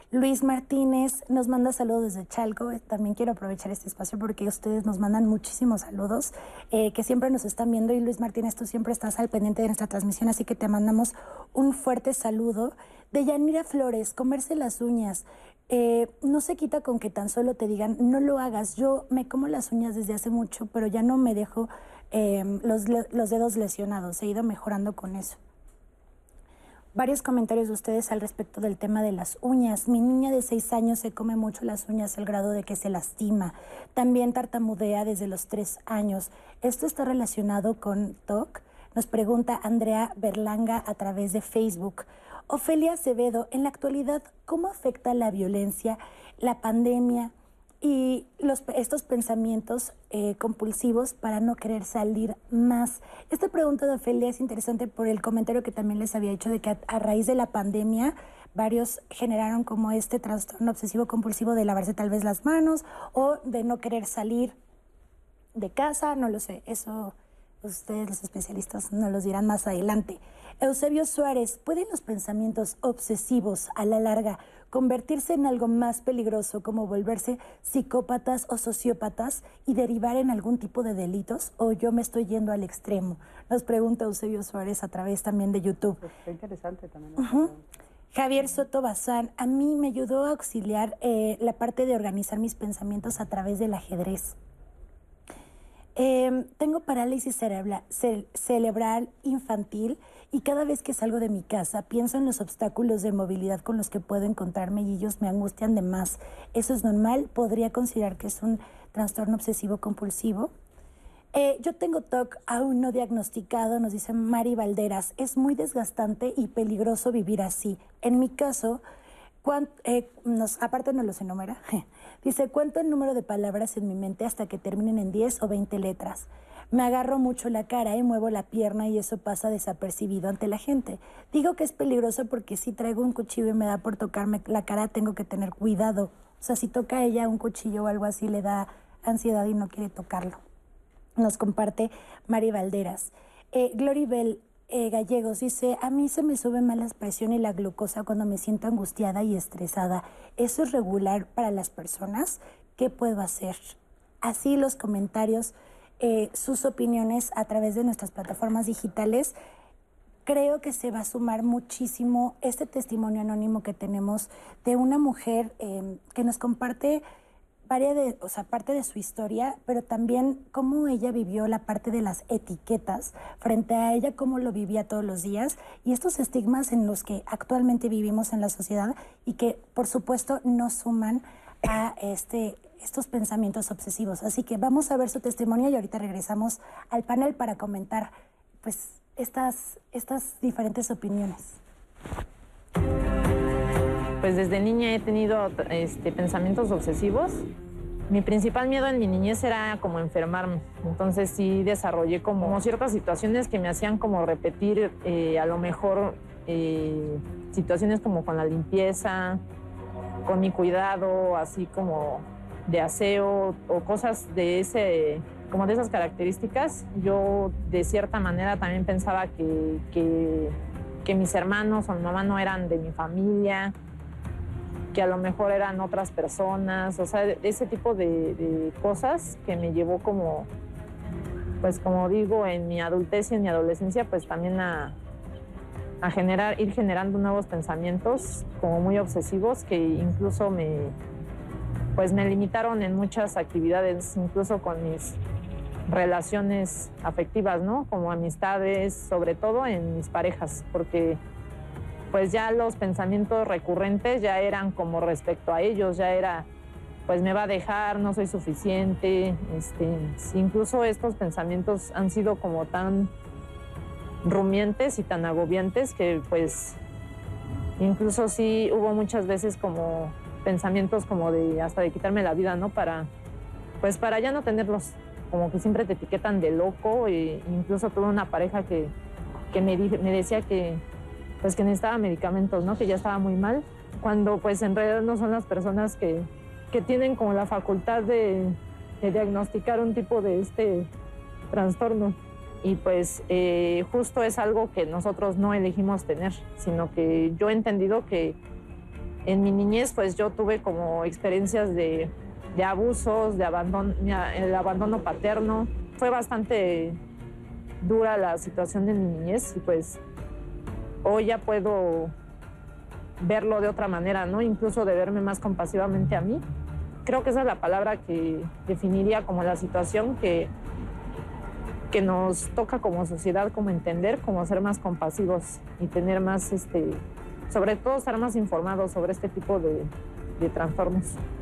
Luis Martínez nos manda saludos desde Chalco. También quiero aprovechar este espacio porque ustedes nos mandan muchísimos saludos, que siempre nos están viendo. Y Luis Martínez, tú siempre estás al pendiente de nuestra transmisión, así que te mandamos un fuerte saludo. De Yanira Flores, comerse las uñas. No se quita con que tan solo te digan, no lo hagas. Yo me como las uñas desde hace mucho, pero ya no me dejo los dedos lesionados. He ido mejorando con eso. Varios comentarios de ustedes al respecto del tema de las uñas. Mi niña de 6 años se come mucho las uñas al grado de que se lastima. También tartamudea desde los 3 años. ¿Esto está relacionado con TOC? Nos pregunta Andrea Berlanga a través de Facebook. Ofelia Acevedo, en la actualidad, ¿cómo afecta la violencia, la pandemia y estos pensamientos compulsivos para no querer salir más? Esta pregunta de Ofelia es interesante por el comentario que también les había hecho de que a raíz de la pandemia varios generaron como este trastorno obsesivo compulsivo de lavarse tal vez las manos o de no querer salir de casa, no lo sé, eso ustedes los especialistas nos los dirán más adelante. Eusebio Suárez, ¿pueden los pensamientos obsesivos a la larga convertirse en algo más peligroso como volverse psicópatas o sociópatas y derivar en algún tipo de delitos? ¿O yo me estoy yendo al extremo? Nos pregunta Eusebio Suárez a través también de YouTube. Pues está interesante también. Javier Soto Bazán, a mí me ayudó a auxiliar la parte de organizar mis pensamientos a través del ajedrez. Tengo parálisis cerebral infantil y cada vez que salgo de mi casa pienso en los obstáculos de movilidad con los que puedo encontrarme y ellos me angustian de más. ¿Eso es normal? ¿Podría considerar que es un trastorno obsesivo compulsivo? Yo tengo TOC aún no diagnosticado, nos dice Mari Valderas. Es muy desgastante y peligroso vivir así. En mi caso, aparte no los enumera, dice, cuento el número de palabras en mi mente hasta que terminen en 10 o 20 letras. Me agarro mucho la cara y muevo la pierna y eso pasa desapercibido ante la gente. Digo que es peligroso porque si traigo un cuchillo y me da por tocarme la cara, tengo que tener cuidado. O sea, si toca a ella un cuchillo o algo así, le da ansiedad y no quiere tocarlo. Nos comparte Mari Valderas. Gloribel Gallegos dice, a mí se me sube más la presión y la glucosa cuando me siento angustiada y estresada. ¿Eso es regular para las personas? ¿Qué puedo hacer? Así los comentarios, sus opiniones a través de nuestras plataformas digitales. Creo que se va a sumar muchísimo este testimonio anónimo que tenemos de una mujer que nos comparte parte de su historia, pero también cómo ella vivió la parte de las etiquetas frente a ella, cómo lo vivía todos los días y estos estigmas en los que actualmente vivimos en la sociedad y que, por supuesto, no suman a estos pensamientos obsesivos. Así que vamos a ver su testimonio y ahorita regresamos al panel para comentar pues estas diferentes opiniones. Pues desde niña he tenido pensamientos obsesivos. Mi principal miedo en mi niñez era como enfermarme. Entonces sí desarrollé como ciertas situaciones que me hacían como repetir a lo mejor situaciones como con la limpieza, con mi cuidado, así como de aseo o cosas de esas características. Yo de cierta manera también pensaba que mis hermanos o mi mamá no eran de mi familia, que a lo mejor eran otras personas, o sea, ese tipo de cosas que me llevó como, pues como digo, en mi adultez y en mi adolescencia, pues también a ir generando nuevos pensamientos como muy obsesivos que incluso me limitaron en muchas actividades, incluso con mis relaciones afectivas, ¿no? Como amistades, sobre todo en mis parejas, porque pues ya los pensamientos recurrentes ya eran como respecto a ellos, ya era, pues me va a dejar, no soy suficiente, incluso estos pensamientos han sido como tan rumiantes y tan agobiantes que pues incluso sí hubo muchas veces como pensamientos como hasta de quitarme la vida, ¿no? Para ya no tenerlos, como que siempre te etiquetan de loco, e incluso tuve una pareja que me decía que necesitaba medicamentos, ¿no? Que ya estaba muy mal, cuando pues en realidad no son las personas que tienen como la facultad de diagnosticar un tipo de trastorno. Y pues justo es algo que nosotros no elegimos tener, sino que yo he entendido que En mi niñez, pues yo tuve como experiencias de abusos, de abandono, el abandono paterno. Fue bastante dura la situación de mi niñez y pues hoy ya puedo verlo de otra manera, ¿no? Incluso de verme más compasivamente a mí. Creo que esa es la palabra que definiría como la situación que nos toca como sociedad, como entender, como ser más compasivos y tener más, sobre todo estar más informados sobre este tipo de trastornos.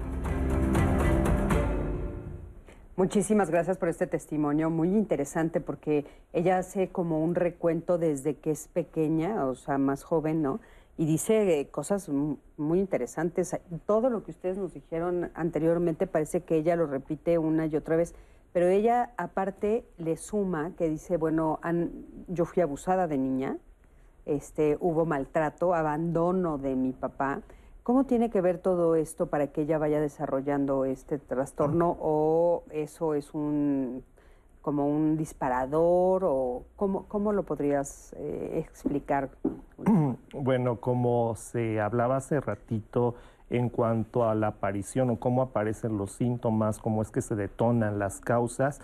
Muchísimas gracias por este testimonio, muy interesante porque ella hace como un recuento desde que es pequeña, o sea, más joven, ¿no? Y dice cosas muy interesantes. Todo lo que ustedes nos dijeron anteriormente parece que ella lo repite una y otra vez, pero ella aparte le suma que dice, bueno, yo fui abusada de niña, hubo maltrato, abandono de mi papá. ¿Cómo tiene que ver todo esto para que ella vaya desarrollando este trastorno o eso es como un disparador o cómo lo podrías explicar? Bueno, como se hablaba hace ratito en cuanto a la aparición o cómo aparecen los síntomas, cómo es que se detonan las causas,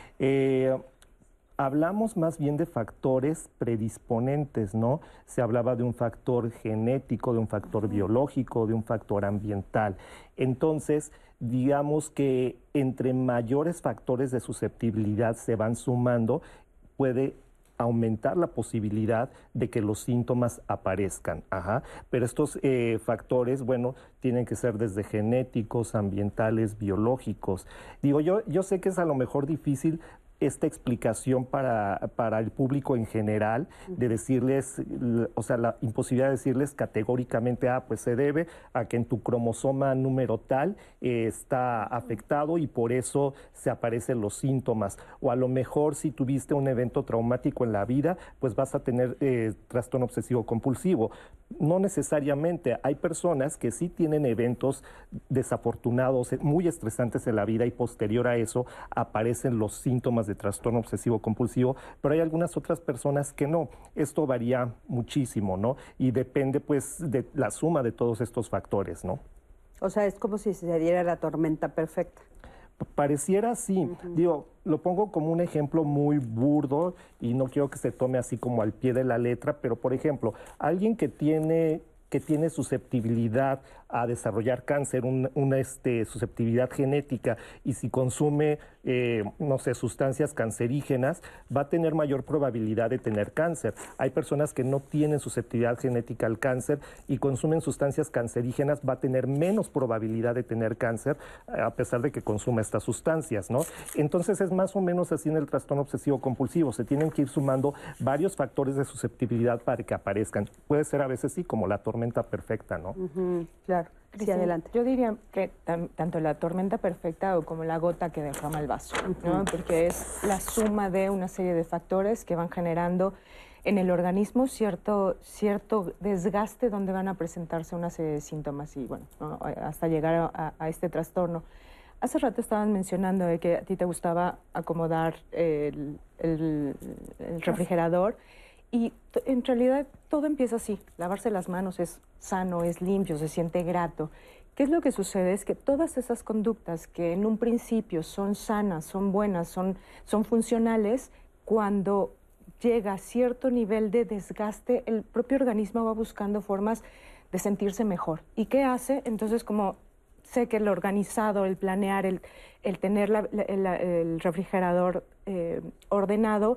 hablamos más bien de factores predisponentes, ¿no? Se hablaba de un factor genético, de un factor biológico, de un factor ambiental. Entonces, digamos que entre mayores factores de susceptibilidad se van sumando, puede aumentar la posibilidad de que los síntomas aparezcan. Pero estos factores, bueno, tienen que ser desde genéticos, ambientales, biológicos. Digo, yo sé que es a lo mejor difícil esta explicación para el público en general, de decirles, o sea, la imposibilidad de decirles categóricamente, pues se debe a que en tu cromosoma número tal está afectado y por eso se aparecen los síntomas. O a lo mejor si tuviste un evento traumático en la vida, pues vas a tener trastorno obsesivo compulsivo. No necesariamente. Hay personas que sí tienen eventos desafortunados, muy estresantes en la vida y posterior a eso aparecen los síntomas de trastorno obsesivo compulsivo, pero hay algunas otras personas que no. Esto varía muchísimo, ¿no? Y depende pues de la suma de todos estos factores, ¿no? O sea, es como si se diera la tormenta perfecta. Pareciera así. Digo, lo pongo como un ejemplo muy burdo y no quiero que se tome así como al pie de la letra, pero por ejemplo, alguien que tiene susceptibilidad a desarrollar cáncer, una susceptibilidad genética, y si consume, no sé, sustancias cancerígenas, va a tener mayor probabilidad de tener cáncer. Hay personas que no tienen susceptibilidad genética al cáncer y consumen sustancias cancerígenas, va a tener menos probabilidad de tener cáncer, a pesar de que consuma estas sustancias, ¿no? Entonces es más o menos así en el trastorno obsesivo compulsivo. Se tienen que ir sumando varios factores de susceptibilidad para que aparezcan. Puede ser a veces sí, como la tormenta perfecta, ¿no? Claro. Sí, adelante. Yo diría que tanto la tormenta perfecta o como la gota que derrama el vaso, ¿no? Porque es la suma de una serie de factores que van generando en el organismo cierto desgaste donde van a presentarse una serie de síntomas y bueno, ¿no? Hasta llegar a este trastorno. Hace rato estaban mencionando de que a ti te gustaba acomodar el refrigerador. Y en realidad todo empieza así. Lavarse las manos es sano, es limpio, se siente grato. ¿Qué es lo que sucede? Es que todas esas conductas que en un principio son sanas, son buenas, son funcionales, cuando llega a cierto nivel de desgaste, el propio organismo va buscando formas de sentirse mejor. ¿Y qué hace? Entonces, como sé que el organizado, el planear, el tener el refrigerador ordenado,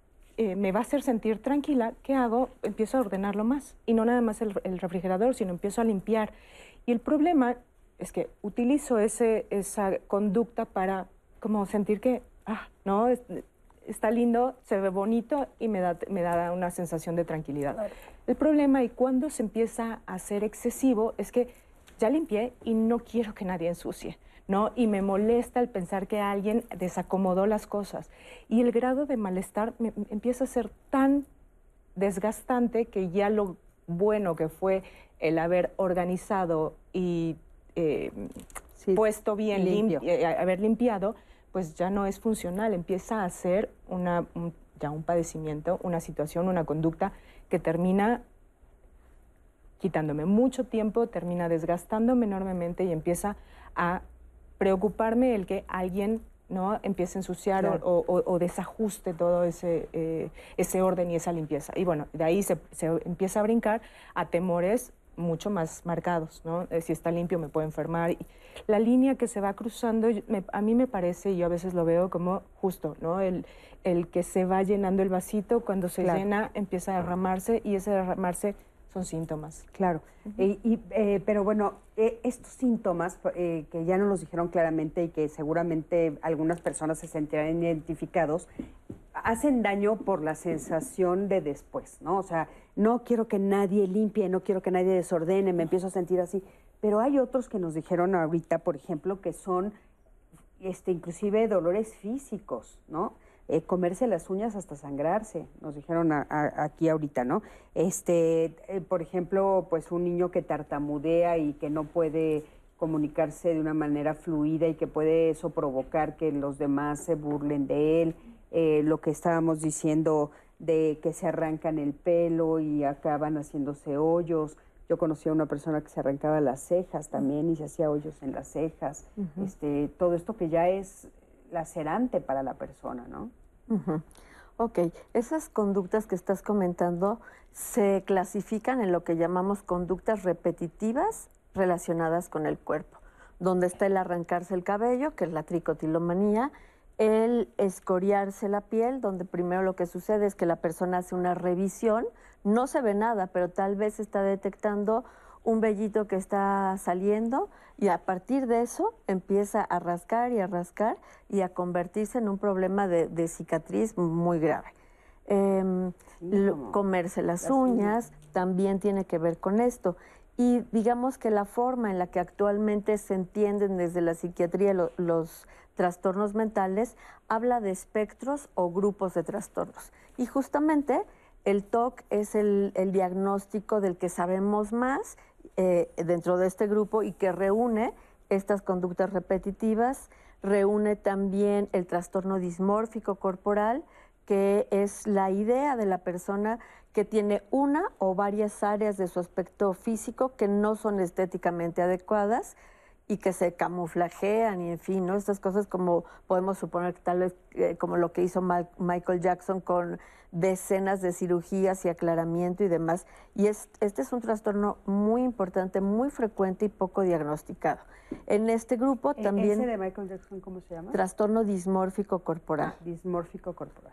me va a hacer sentir tranquila. ¿Qué hago? Empiezo a ordenarlo más. Y no nada más el refrigerador, sino empiezo a limpiar. Y el problema es que utilizo esa conducta para como sentir que, no, está lindo, se ve bonito y me da una sensación de tranquilidad. Claro. El problema, y cuando se empieza a ser excesivo, es que ya limpié y no quiero que nadie ensucie, ¿no? Y me molesta el pensar que alguien desacomodó las cosas. Y el grado de malestar empieza a ser tan desgastante que ya lo bueno que fue el haber organizado y puesto bien, haber limpiado, pues ya no es funcional. Empieza a ser ya un padecimiento, una situación, una conducta que termina quitándome mucho tiempo, termina desgastándome enormemente y empieza a preocuparme el que alguien no empiece a ensuciar o desajuste todo ese orden y esa limpieza. Y bueno, de ahí se empieza a brincar a temores mucho más marcados, ¿no? Si está limpio me puedo enfermar. Y la línea que se va cruzando, a mí me parece, y yo a veces lo veo como justo, ¿no? El que se va llenando el vasito, cuando se llena empieza a derramarse y ese derramarse son síntomas. Claro, pero bueno, estos síntomas que ya nos los dijeron claramente y que seguramente algunas personas se sentirán identificados, hacen daño por la sensación de después, ¿no? O sea, no quiero que nadie limpie, no quiero que nadie desordene, me empiezo a sentir así. Pero hay otros que nos dijeron ahorita, por ejemplo, que son inclusive dolores físicos, ¿no? Comerse las uñas hasta sangrarse, nos dijeron aquí ahorita, ¿no? Por ejemplo, pues un niño que tartamudea y que no puede comunicarse de una manera fluida y que puede eso provocar que los demás se burlen de él. Lo que estábamos diciendo de que se arrancan el pelo y acaban haciéndose hoyos. Yo conocí a una persona que se arrancaba las cejas también y se hacía hoyos en las cejas. Todo esto que ya es lacerante para la persona, ¿no? Ok, esas conductas que estás comentando se clasifican en lo que llamamos conductas repetitivas relacionadas con el cuerpo, donde está el arrancarse el cabello, que es la tricotilomanía, el escoriarse la piel, donde primero lo que sucede es que la persona hace una revisión, no se ve nada, pero tal vez está detectando un vellito que está saliendo y a partir de eso empieza a rascar y a convertirse en un problema de cicatriz muy grave. Comerse las uñas también tiene que ver con esto. Y digamos que la forma en la que actualmente se entienden desde la psiquiatría los trastornos mentales habla de espectros o grupos de trastornos. Y justamente el TOC es el diagnóstico del que sabemos más dentro de este grupo y que reúne estas conductas repetitivas, reúne también el trastorno dismórfico corporal, que es la idea de la persona que tiene una o varias áreas de su aspecto físico que no son estéticamente adecuadas y que se camuflajean y en fin, ¿no? Estas cosas como podemos suponer que tal vez como lo que hizo Michael Jackson con decenas de cirugías y aclaramiento y demás. Y este es un trastorno muy importante, muy frecuente y poco diagnosticado. En este grupo también... ¿Ese de Michael Jackson cómo se llama? Trastorno dismórfico corporal. Dismórfico corporal.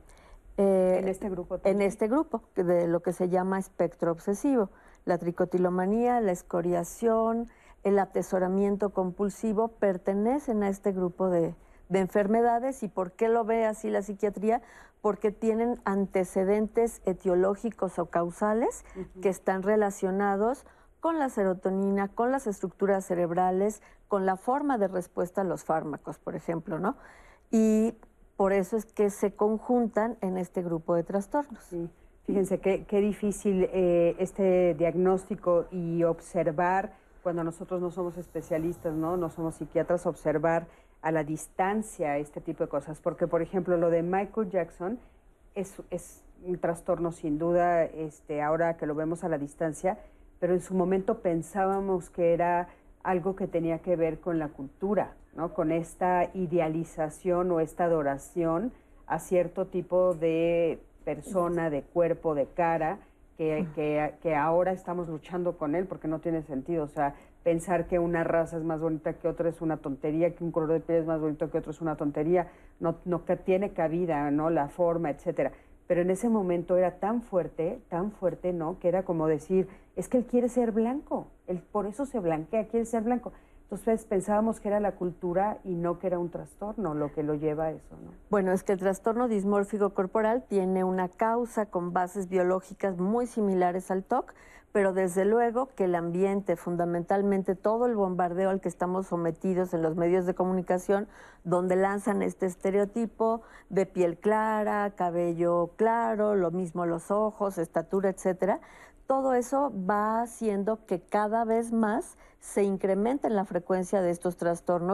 En este grupo también. En este grupo, de lo que se llama espectro obsesivo. La tricotilomanía, la escoriación, el atesoramiento compulsivo pertenecen a este grupo de enfermedades. ¿Y por qué lo ve así la psiquiatría? Porque tienen antecedentes etiológicos o causales que están relacionados con la serotonina, con las estructuras cerebrales, con la forma de respuesta a los fármacos, por ejemplo, ¿no? Y por eso es que se conjuntan en este grupo de trastornos. Sí. Fíjense qué difícil este diagnóstico y observar, cuando nosotros no somos especialistas, no somos psiquiatras, observar a la distancia este tipo de cosas. Porque, por ejemplo, lo de Michael Jackson es un trastorno sin duda, ahora que lo vemos a la distancia, pero en su momento pensábamos que era algo que tenía que ver con la cultura, ¿no? Con esta idealización o esta adoración a cierto tipo de persona, de cuerpo, de cara, que ahora estamos luchando con él porque no tiene sentido. O sea, pensar que una raza es más bonita que otra es una tontería, que un color de piel es más bonito que otro es una tontería, no tiene cabida, ¿no? La forma, etcétera. Pero en ese momento era tan fuerte, ¿no? Que era como decir, es que él quiere ser blanco, él por eso se blanquea, quiere ser blanco. Entonces pensábamos que era la cultura y no que era un trastorno lo que lo lleva a eso, ¿no? Bueno, es que el trastorno dismórfico corporal tiene una causa con bases biológicas muy similares al TOC, pero desde luego que el ambiente, fundamentalmente todo el bombardeo al que estamos sometidos en los medios de comunicación, donde lanzan este estereotipo de piel clara, cabello claro, lo mismo los ojos, estatura, etcétera, todo eso va haciendo que cada vez más se incrementen la frecuencia de estos trastornos,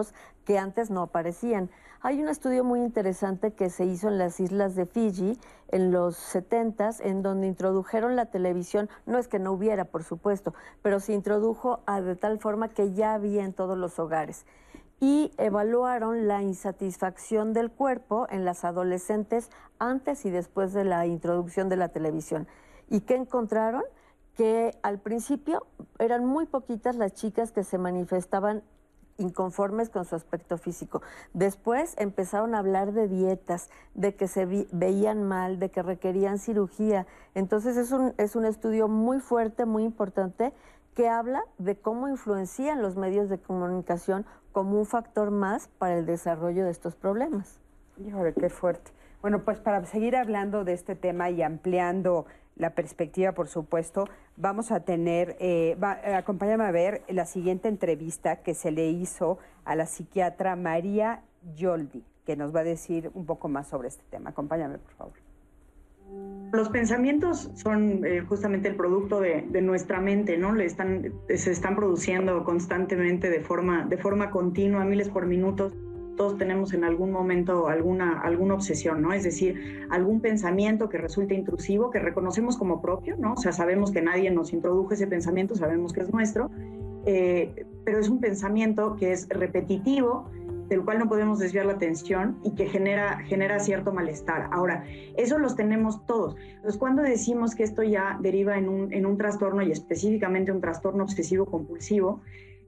que antes no aparecían. Hay un estudio muy interesante que se hizo en las islas de Fiji en los 70s, en donde introdujeron la televisión. No es que no hubiera, por supuesto, pero se introdujo de tal forma que ya había en todos los hogares. Y evaluaron la insatisfacción del cuerpo en las adolescentes antes y después de la introducción de la televisión. ¿Y qué encontraron? Que al principio eran muy poquitas las chicas que se manifestaban inconformes con su aspecto físico. Después empezaron a hablar de dietas, de que se veían mal, de que requerían cirugía. Entonces es un estudio muy fuerte, muy importante, que habla de cómo influencian los medios de comunicación como un factor más para el desarrollo de estos problemas. Híjole, qué fuerte. Bueno, pues para seguir hablando de este tema y ampliando la perspectiva, por supuesto, vamos a tener, acompáñame a ver la siguiente entrevista que se le hizo a la psiquiatra María Yoldi, que nos va a decir un poco más sobre este tema. Acompáñame, por favor. Los pensamientos son justamente el producto de nuestra mente, ¿no? Se están produciendo constantemente de forma continua, miles por minutos. Todos tenemos en algún momento alguna obsesión, ¿no? Es decir, algún pensamiento que resulta intrusivo, que reconocemos como propio, ¿no? O sea, sabemos que nadie nos introdujo ese pensamiento, sabemos que es nuestro, pero es un pensamiento que es repetitivo, del cual no podemos desviar la atención y que genera cierto malestar. Ahora, eso los tenemos todos. Entonces, cuando decimos que esto ya deriva en un trastorno, y específicamente un trastorno obsesivo-compulsivo,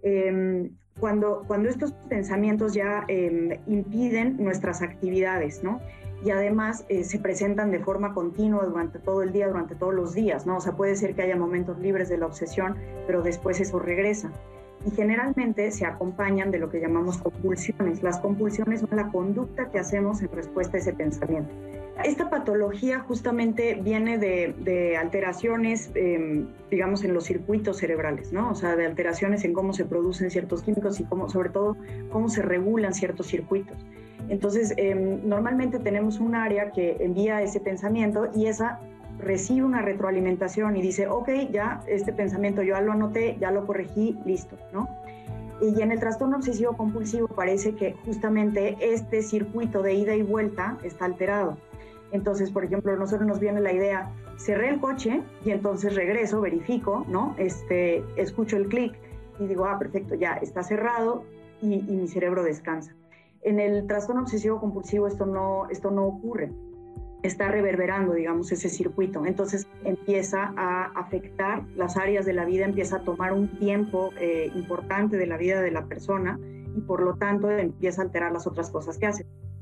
cuando estos pensamientos ya impiden nuestras actividades, ¿no? Y además se presentan de forma continua durante todo el día, durante todos los días, ¿no? O sea, puede ser que haya momentos libres de la obsesión, pero después eso regresa. Y generalmente se acompañan de lo que llamamos compulsiones. Las compulsiones son la conducta que hacemos en respuesta a ese pensamiento. Esta patología justamente viene de alteraciones, digamos, en los circuitos cerebrales, ¿no? O sea, de alteraciones en cómo se producen ciertos químicos y sobre todo, cómo se regulan ciertos circuitos. Entonces, normalmente tenemos un área que envía ese pensamiento y esa recibe una retroalimentación y dice, ok, ya este pensamiento yo ya lo anoté, ya lo corregí, listo, ¿no? Y en el trastorno obsesivo compulsivo parece que justamente este circuito de ida y vuelta está alterado. Entonces, por ejemplo, a nosotros nos viene la idea, cerré el coche y entonces regreso, verifico, ¿no? Escucho el clic y digo, perfecto, ya está cerrado y mi cerebro descansa. En el trastorno obsesivo compulsivo esto no ocurre. Está reverberando, digamos, ese circuito. Entonces empieza a afectar las áreas de la vida, empieza a tomar un tiempo importante de la vida de la persona y por lo tanto empieza a alterar las otras cosas que hace.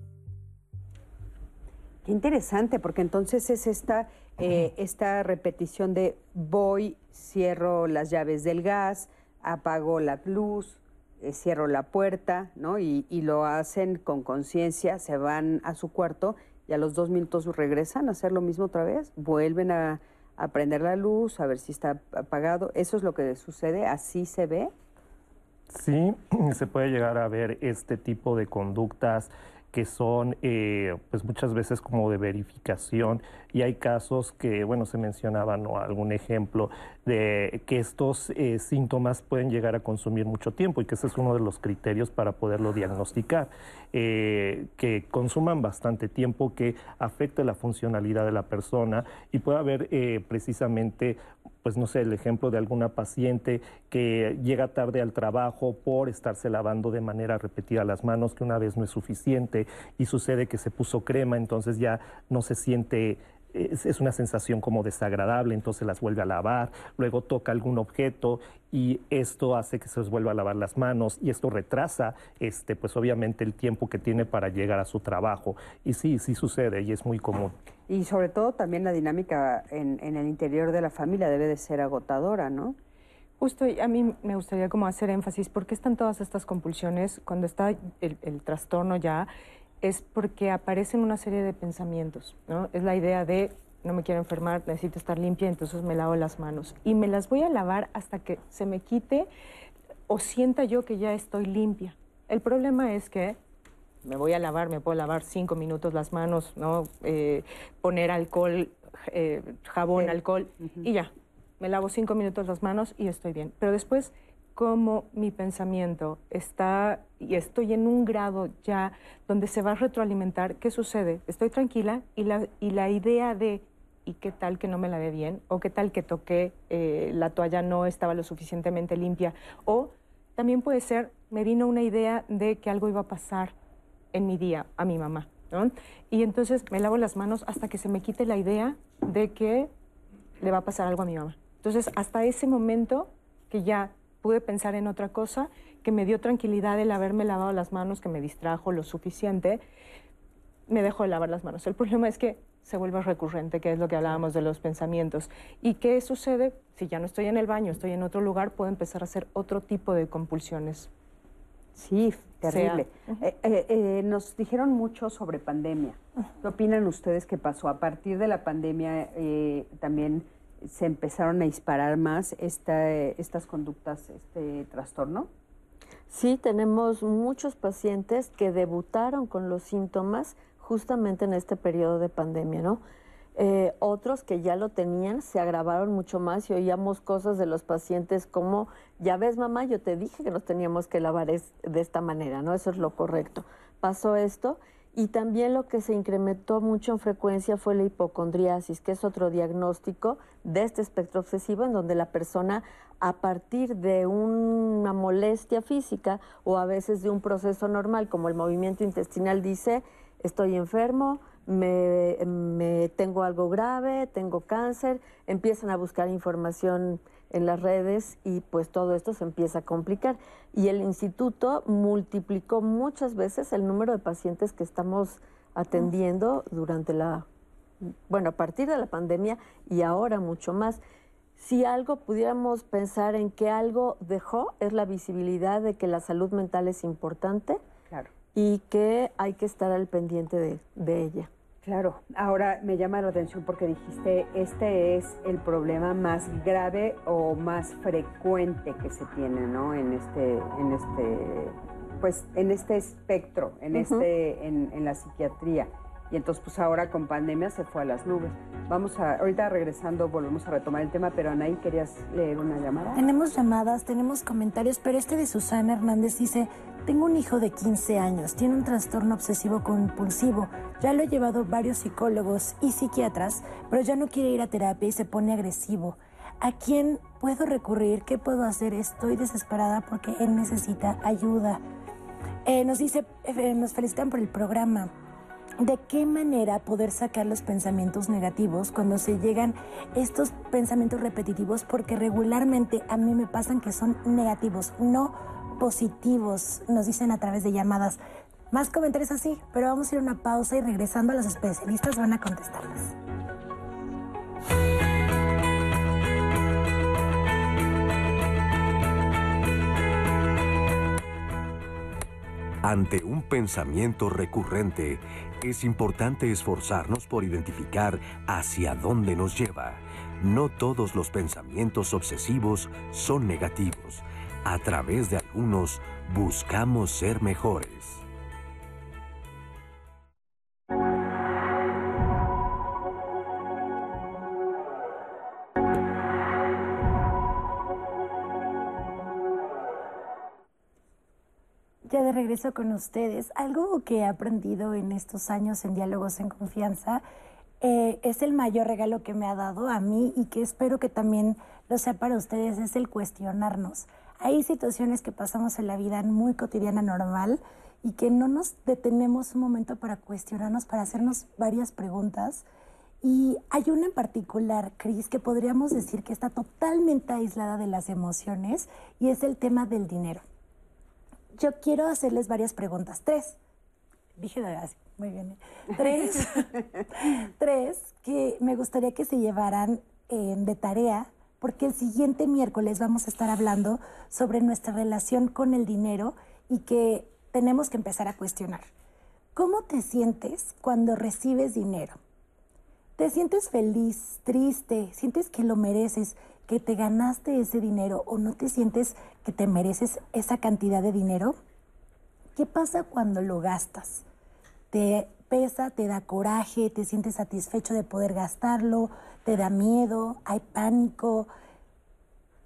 Qué interesante, porque entonces es esta repetición de voy, cierro las llaves del gas, apago la luz, cierro la puerta, ¿no? Y lo hacen con conciencia, se van a su cuarto y a los 2 minutos regresan a hacer lo mismo otra vez, vuelven a prender la luz, a ver si está apagado. ¿Eso es lo que sucede? ¿Así se ve? Sí, se puede llegar a ver este tipo de conductas que son pues muchas veces como de verificación, y hay casos que, bueno, se mencionaba, ¿no?, algún ejemplo de que estos síntomas pueden llegar a consumir mucho tiempo y que ese es uno de los criterios para poderlo diagnosticar, que consuman bastante tiempo, que afecte la funcionalidad de la persona y puede haber precisamente, pues no sé, el ejemplo de alguna paciente que llega tarde al trabajo por estarse lavando de manera repetida las manos, que una vez no es suficiente y sucede que se puso crema, entonces ya no se siente, es una sensación como desagradable, entonces las vuelve a lavar, luego toca algún objeto y esto hace que se les vuelva a lavar las manos y esto retrasa, pues obviamente el tiempo que tiene para llegar a su trabajo. Y sí sucede y es muy común. Y sobre todo también la dinámica en el interior de la familia debe de ser agotadora, ¿no? Justo, a mí me gustaría como hacer énfasis, ¿por qué están todas estas compulsiones? Cuando está el trastorno ya, es porque aparecen una serie de pensamientos, ¿no? Es la idea de, no me quiero enfermar, necesito estar limpia, entonces me lavo las manos. Y me las voy a lavar hasta que se me quite o sienta yo que ya estoy limpia. El problema es que me voy a lavar, me puedo lavar 5 minutos las manos, ¿no? Poner alcohol, jabón, alcohol, y ya. Me lavo 5 minutos las manos y estoy bien. Pero después cómo mi pensamiento está y estoy en un grado ya donde se va a retroalimentar, ¿qué sucede? Estoy tranquila y la idea de ¿y qué tal que no me lavé bien? ¿O qué tal que toqué, la toalla no estaba lo suficientemente limpia? O también puede ser, me vino una idea de que algo iba a pasar en mi día a mi mamá, ¿no? Y entonces me lavo las manos hasta que se me quite la idea de que le va a pasar algo a mi mamá. Entonces, hasta ese momento que ya pude pensar en otra cosa, que me dio tranquilidad el haberme lavado las manos, que me distrajo lo suficiente, me dejo de lavar las manos. El problema es que se vuelve recurrente, que es lo que hablábamos de los pensamientos. ¿Y qué sucede? Si ya no estoy en el baño, estoy en otro lugar, puedo empezar a hacer otro tipo de compulsiones. Sí, terrible. Nos dijeron mucho sobre pandemia. ¿Qué opinan ustedes que pasó? A partir de la pandemia también se empezaron a disparar más estas conductas, este trastorno. Sí, tenemos muchos pacientes que debutaron con los síntomas justamente en este periodo de pandemia, ¿no? Otros que ya lo tenían se agravaron mucho más y oíamos cosas de los pacientes como, ya ves mamá, yo te dije que nos teníamos que lavar de esta manera, ¿no? Eso es lo correcto. Pasó esto y también lo que se incrementó mucho en frecuencia fue la hipocondriasis, que es otro diagnóstico de este espectro obsesivo en donde la persona a partir de una molestia física o a veces de un proceso normal como el movimiento intestinal dice, estoy enfermo, me tengo algo grave, tengo cáncer, empiezan a buscar información en las redes y pues todo esto se empieza a complicar. Y el instituto multiplicó muchas veces el número de pacientes que estamos atendiendo durante a partir de la pandemia y ahora mucho más. Si algo pudiéramos pensar en que algo dejó es la visibilidad de que la salud mental es importante. Claro. Y que hay que estar al pendiente de ella. Claro. Ahora me llama la atención porque dijiste, este es el problema más grave o más frecuente que se tiene, ¿no? En este espectro, en la psiquiatría. Y entonces, pues ahora con pandemia se fue a las nubes. Ahorita regresando, volvemos a retomar el tema, pero Anaí, ¿querías leer una llamada? Tenemos llamadas, tenemos comentarios, pero de Susana Hernández dice, tengo un hijo de 15 años, tiene un trastorno obsesivo compulsivo, ya lo he llevado varios psicólogos y psiquiatras, pero ya no quiere ir a terapia y se pone agresivo. ¿A quién puedo recurrir? ¿Qué puedo hacer? Estoy desesperada porque él necesita ayuda. Nos felicitan por el programa. ¿De qué manera poder sacar los pensamientos negativos cuando se llegan estos pensamientos repetitivos? Porque regularmente a mí me pasan que son negativos, no positivos, nos dicen a través de llamadas. Más comentarios así, pero vamos a ir a una pausa y regresando a los especialistas van a contestarlas. Ante un pensamiento recurrente, es importante esforzarnos por identificar hacia dónde nos lleva. No todos los pensamientos obsesivos son negativos. A través de algunos, buscamos ser mejores. Ya de regreso con ustedes, algo que he aprendido en estos años en Diálogos en Confianza es el mayor regalo que me ha dado a mí y que espero que también lo sea para ustedes, es el cuestionarnos. Hay situaciones que pasamos en la vida muy cotidiana, normal, y que no nos detenemos un momento para cuestionarnos, para hacernos varias preguntas. Y hay una en particular, Cris, que podríamos decir que está totalmente aislada de las emociones y es el tema del dinero. Yo quiero hacerles varias preguntas. 3. Dije así, muy bien. 3. 3 que me gustaría que se llevaran de tarea, porque el siguiente miércoles vamos a estar hablando sobre nuestra relación con el dinero y que tenemos que empezar a cuestionar. ¿Cómo te sientes cuando recibes dinero? ¿Te sientes feliz, triste? ¿Sientes que lo mereces, que te ganaste ese dinero o no te sientes que te mereces esa cantidad de dinero? ¿Qué pasa cuando lo gastas? ¿Te pesa, te da coraje, te sientes satisfecho de poder gastarlo, te da miedo, hay pánico?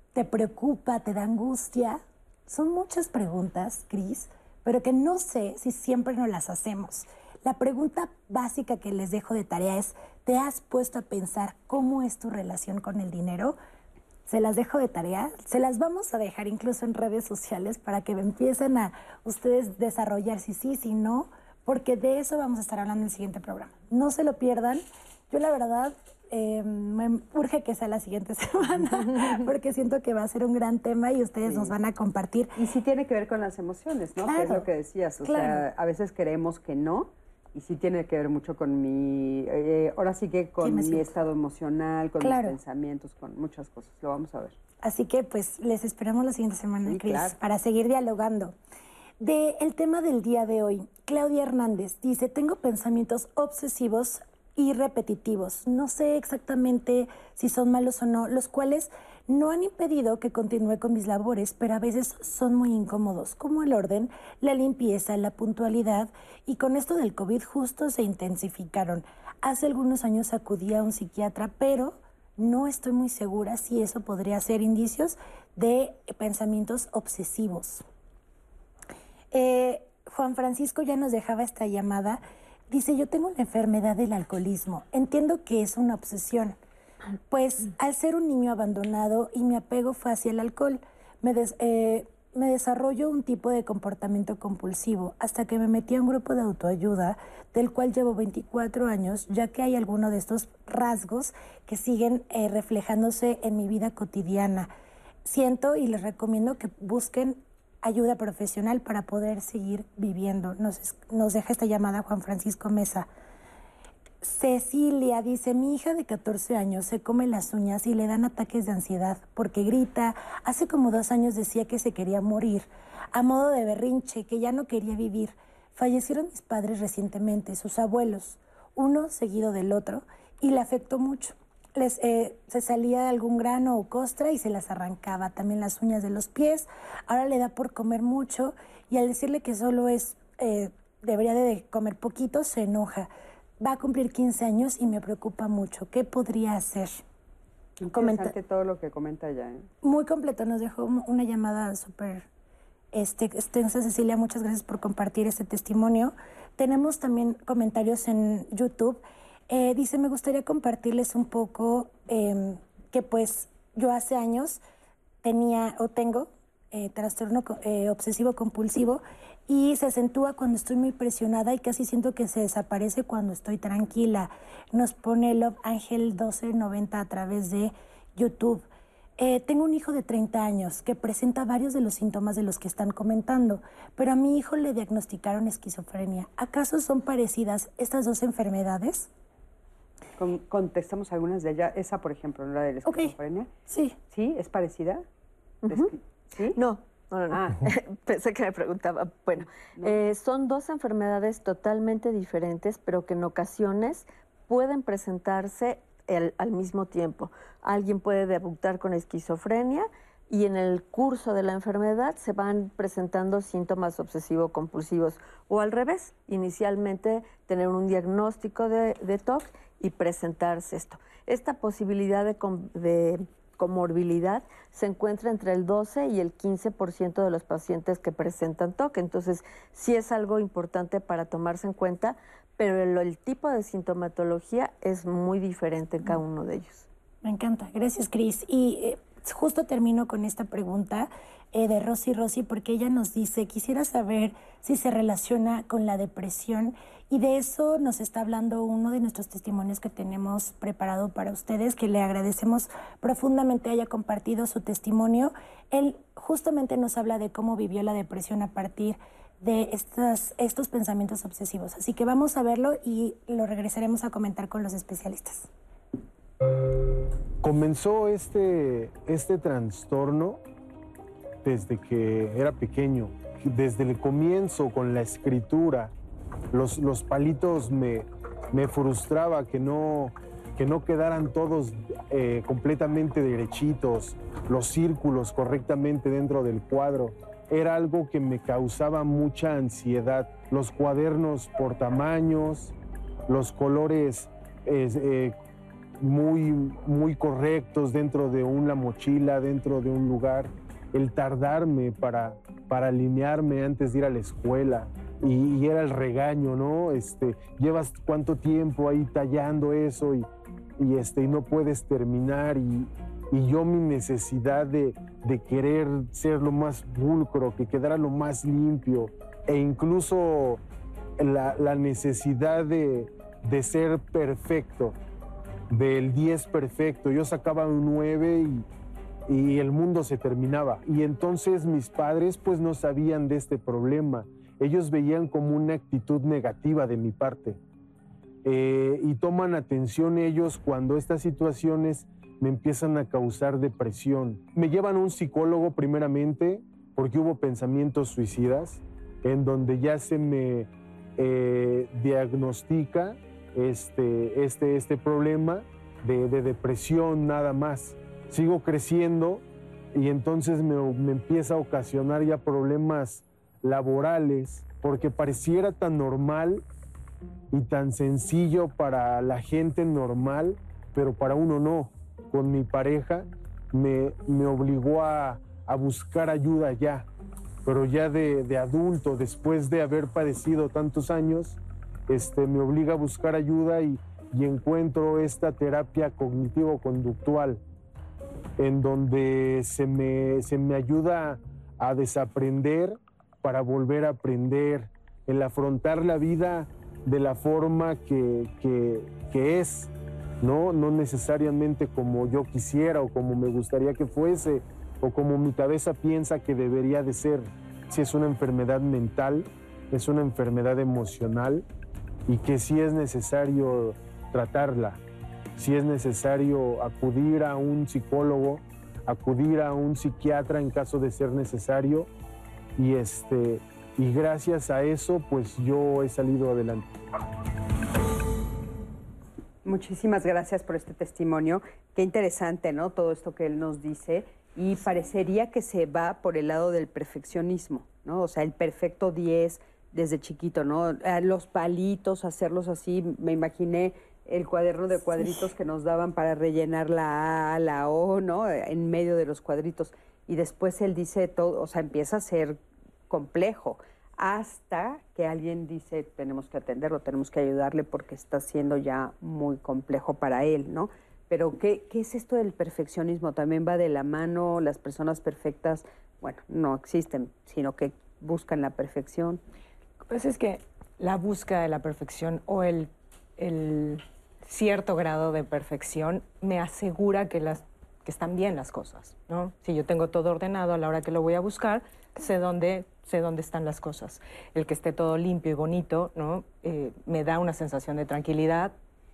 ¿Te preocupa? ¿Te da angustia? Son muchas preguntas, Cris, pero que no sé si siempre nos las hacemos. La pregunta básica que les dejo de tarea es, ¿te has puesto a pensar cómo es tu relación con el dinero? Se las dejo de tarea, se las vamos a dejar incluso en redes sociales para que empiecen a ustedes desarrollar si sí, si no, porque de eso vamos a estar hablando en el siguiente programa. No se lo pierdan. Yo la verdad me urge que sea la siguiente semana porque siento que va a ser un gran tema y ustedes nos van a compartir. Y sí tiene que ver con las emociones, ¿no? Que es lo que decías. O sea, a veces queremos que no. Y sí tiene que ver mucho con mi, ahora sí que con mi estado emocional, con mis pensamientos, con muchas cosas. Lo vamos a ver. Así que pues les esperamos la siguiente semana, Cris, para seguir dialogando. El tema del día de hoy, Claudia Hernández dice, tengo pensamientos obsesivos y repetitivos. No sé exactamente si son malos o no, los cuales no han impedido que continúe con mis labores, pero a veces son muy incómodos, como el orden, la limpieza, la puntualidad, y con esto del COVID justo se intensificaron. Hace algunos años acudí a un psiquiatra, pero no estoy muy segura si eso podría ser indicios de pensamientos obsesivos. Juan Francisco ya nos dejaba esta llamada. Dice, yo tengo la enfermedad del alcoholismo. Entiendo que es una obsesión. Pues al ser un niño abandonado y mi apego fue hacia el alcohol, me desarrollo un tipo de comportamiento compulsivo hasta que me metí a un grupo de autoayuda del cual llevo 24 años, ya que hay algunos de estos rasgos que siguen reflejándose en mi vida cotidiana. Siento y les recomiendo que busquen ayuda profesional para poder seguir viviendo. Nos deja esta llamada Juan Francisco Mesa. Cecilia dice, mi hija de 14 años se come las uñas y le dan ataques de ansiedad porque grita. Hace como 2 años decía que se quería morir, a modo de berrinche, que ya no quería vivir. Fallecieron mis padres recientemente, sus abuelos, uno seguido del otro, y le afectó mucho. Se salía de algún grano o costra y se las arrancaba, también las uñas de los pies. Ahora le da por comer mucho y al decirle que solo debería de comer poquito, se enoja. Va a cumplir 15 años y me preocupa mucho. ¿Qué podría hacer? Interesante todo lo que comenta ella. Muy completo. Nos dejó una llamada súper extensa, Cecilia. Muchas gracias por compartir este testimonio. Tenemos también comentarios en YouTube. Dice, me gustaría compartirles un poco que pues yo hace años tengo trastorno obsesivo compulsivo y se acentúa cuando estoy muy presionada y casi siento que se desaparece cuando estoy tranquila. Nos pone Love Angel 1290 a través de YouTube. Tengo un hijo de 30 años que presenta varios de los síntomas de los que están comentando, pero a mi hijo le diagnosticaron esquizofrenia. ¿Acaso son parecidas estas dos enfermedades? Contestamos algunas de ellas. Esa, por ejemplo, la de la esquizofrenia. Sí. ¿Sí? ¿Es parecida? ¿Sí? No. Pensé que me preguntaba. Bueno, son dos enfermedades totalmente diferentes, pero que en ocasiones pueden presentarse al mismo tiempo. Alguien puede debutar con esquizofrenia y en el curso de la enfermedad se van presentando síntomas obsesivo-compulsivos o al revés, inicialmente tener un diagnóstico de TOC y presentarse esto. Esta posibilidad de comorbilidad se encuentra entre el 12 y el 15% de los pacientes que presentan TOC. Entonces, sí es algo importante para tomarse en cuenta, pero el tipo de sintomatología es muy diferente en cada uno de ellos. Me encanta. Gracias, Cris. Y justo termino con esta pregunta de Rosy, porque ella nos dice, quisiera saber si se relaciona con la depresión, y de eso nos está hablando uno de nuestros testimonios que tenemos preparado para ustedes, que le agradecemos profundamente haya compartido su testimonio. Él justamente nos habla de cómo vivió la depresión a partir de estos pensamientos obsesivos. Así que vamos a verlo y lo regresaremos a comentar con los especialistas. Comenzó este trastorno desde que era pequeño, desde el comienzo con la escritura. Los palitos me frustraba que no quedaran todos completamente derechitos, los círculos correctamente dentro del cuadro. Era algo que me causaba mucha ansiedad. Los cuadernos por tamaños, los colores muy correctos dentro de una mochila, dentro de un lugar, el tardarme para alinearme antes de ir a la escuela. Y era el regaño, ¿no? Llevas cuánto tiempo ahí tallando eso y no puedes terminar. Y yo mi necesidad de querer ser lo más pulcro, que quedara lo más limpio, e incluso la necesidad de ser perfecto, del 10 perfecto. Yo sacaba un 9 y el mundo se terminaba. Y entonces mis padres pues no sabían de este problema. Ellos veían como una actitud negativa de mi parte. Y toman atención ellos cuando estas situaciones me empiezan a causar depresión. Me llevan a un psicólogo primeramente porque hubo pensamientos suicidas, en donde ya se me diagnostica este problema de depresión nada más. Sigo creciendo y entonces me empieza a ocasionar ya problemas laborales, porque pareciera tan normal y tan sencillo para la gente normal, pero para uno no. Con mi pareja me obligó a buscar ayuda ya, pero ya de adulto, después de haber padecido tantos años, me obliga a buscar ayuda y encuentro esta terapia cognitivo-conductual, en donde se me ayuda a desaprender para volver a aprender, el afrontar la vida de la forma que es, ¿no? No necesariamente como yo quisiera o como me gustaría que fuese o como mi cabeza piensa que debería de ser. Si es una enfermedad mental, es una enfermedad emocional y que sí es necesario tratarla, sí es necesario acudir a un psicólogo, acudir a un psiquiatra en caso de ser necesario y gracias a eso pues yo he salido adelante. Muchísimas gracias por este testimonio. Qué interesante, ¿no? Todo esto que él nos dice. Y parecería que se va por el lado del perfeccionismo, ¿no? O sea, el perfecto 10 desde chiquito, ¿no? Los palitos, hacerlos así. Me imaginé el cuaderno de cuadritos que nos daban para rellenar la A, la O, ¿no? En medio de los cuadritos. Y después él dice todo, o sea, empieza a ser complejo. Hasta que alguien dice, tenemos que atenderlo, tenemos que ayudarle porque está siendo ya muy complejo para él, ¿no? Pero ¿qué es esto del perfeccionismo? ¿También va de la mano? Las personas perfectas, bueno, no existen, sino que buscan la perfección. Pues es que la búsqueda de la perfección o el cierto grado de perfección me asegura que están bien las cosas, ¿no? Si yo tengo todo ordenado a la hora que lo voy a buscar, sé dónde están las cosas. El que esté todo limpio y bonito, ¿no? Me da una sensación de tranquilidad,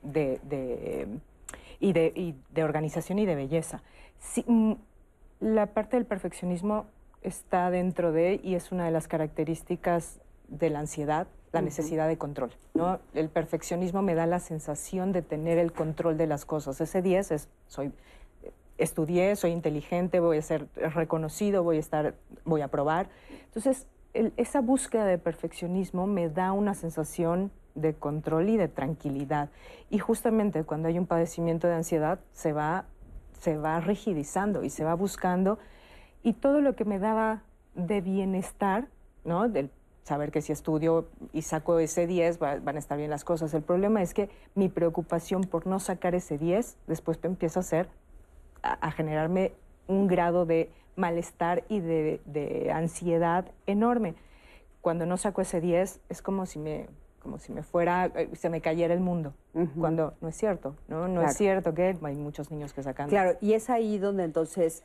y de organización y de belleza. Sí, la parte del perfeccionismo está dentro de, y es una de las características de la ansiedad, la necesidad de control, ¿no? El perfeccionismo me da la sensación de tener el control de las cosas. Ese 10 es, estudié, soy inteligente, voy a ser reconocido, voy a probar. Entonces, esa búsqueda de perfeccionismo me da una sensación de control y de tranquilidad. Y justamente cuando hay un padecimiento de ansiedad, se va rigidizando y se va buscando. Y todo lo que me daba de bienestar, ¿no? Del saber que si estudio y saco ese 10, van a estar bien las cosas. El problema es que mi preocupación por no sacar ese 10, después empieza a generarme un grado de malestar y de ansiedad enorme. Cuando no saco ese 10, es como si se me cayera el mundo, cuando no es cierto, ¿no? No es cierto que hay muchos niños que sacan. Claro, y es ahí donde entonces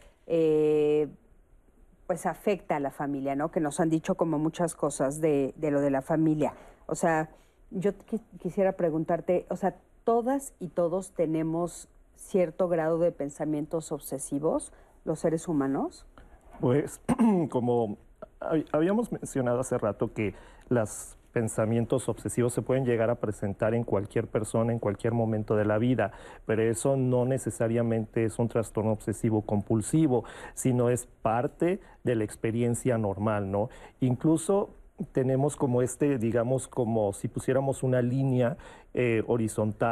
pues afecta a la familia, ¿no? Que nos han dicho como muchas cosas de lo de la familia. O sea, yo quisiera preguntarte, o sea, ¿todas y todos tenemos cierto grado de pensamientos obsesivos, los seres humanos? Pues, como habíamos mencionado hace rato, que los pensamientos obsesivos se pueden llegar a presentar en cualquier persona, en cualquier momento de la vida, pero eso no necesariamente es un trastorno obsesivo compulsivo, sino es parte de la experiencia normal, ¿no? Incluso tenemos como digamos, como si pusiéramos una línea horizontal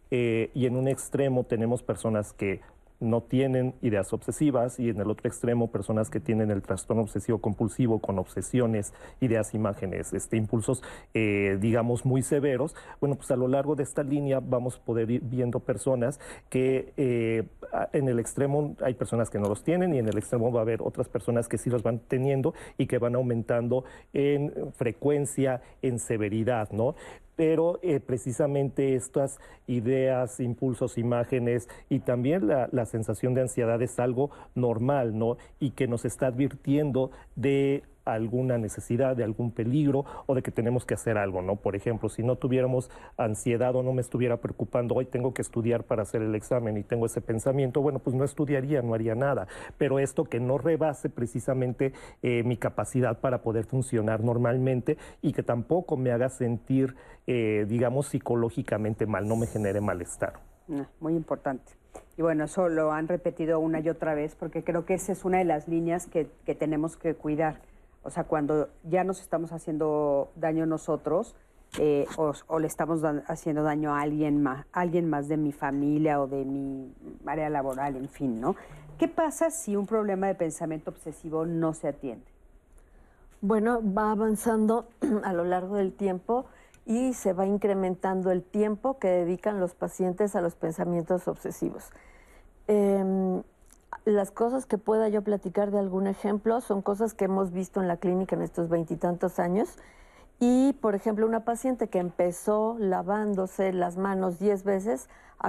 y en un extremo tenemos personas que no tienen ideas obsesivas y en el otro extremo personas que tienen el trastorno obsesivo compulsivo con obsesiones, ideas, imágenes, impulsos, digamos, muy severos. Bueno, pues a lo largo de esta línea vamos a poder ir viendo personas que en el extremo hay personas que no los tienen y en el extremo va a haber otras personas que sí los van teniendo y que van aumentando en frecuencia, en severidad, ¿no? Pero precisamente estas ideas, impulsos, imágenes y también la sensación de ansiedad es algo normal, ¿no? Y que nos está advirtiendo de alguna necesidad, de algún peligro o de que tenemos que hacer algo, ¿no? Por ejemplo, si no tuviéramos ansiedad o no me estuviera preocupando, hoy tengo que estudiar para hacer el examen y tengo ese pensamiento, bueno, pues no estudiaría, no haría nada. Pero esto que no rebase precisamente mi capacidad para poder funcionar normalmente y que tampoco me haga sentir, digamos, psicológicamente mal, no me genere malestar. Muy importante. Y bueno, eso lo han repetido una y otra vez porque creo que esa es una de las líneas que tenemos que cuidar. O sea, cuando ya nos estamos haciendo daño nosotros o le estamos haciendo daño a alguien más de mi familia o de mi área laboral, en fin, ¿no? ¿Qué pasa si un problema de pensamiento obsesivo no se atiende? Bueno, va avanzando a lo largo del tiempo y se va incrementando el tiempo que dedican los pacientes a los pensamientos obsesivos. Las cosas que pueda yo platicar de algún ejemplo son cosas que hemos visto en la clínica en estos 20 y tantos años. Y, por ejemplo, una paciente que empezó lavándose las manos 10 veces,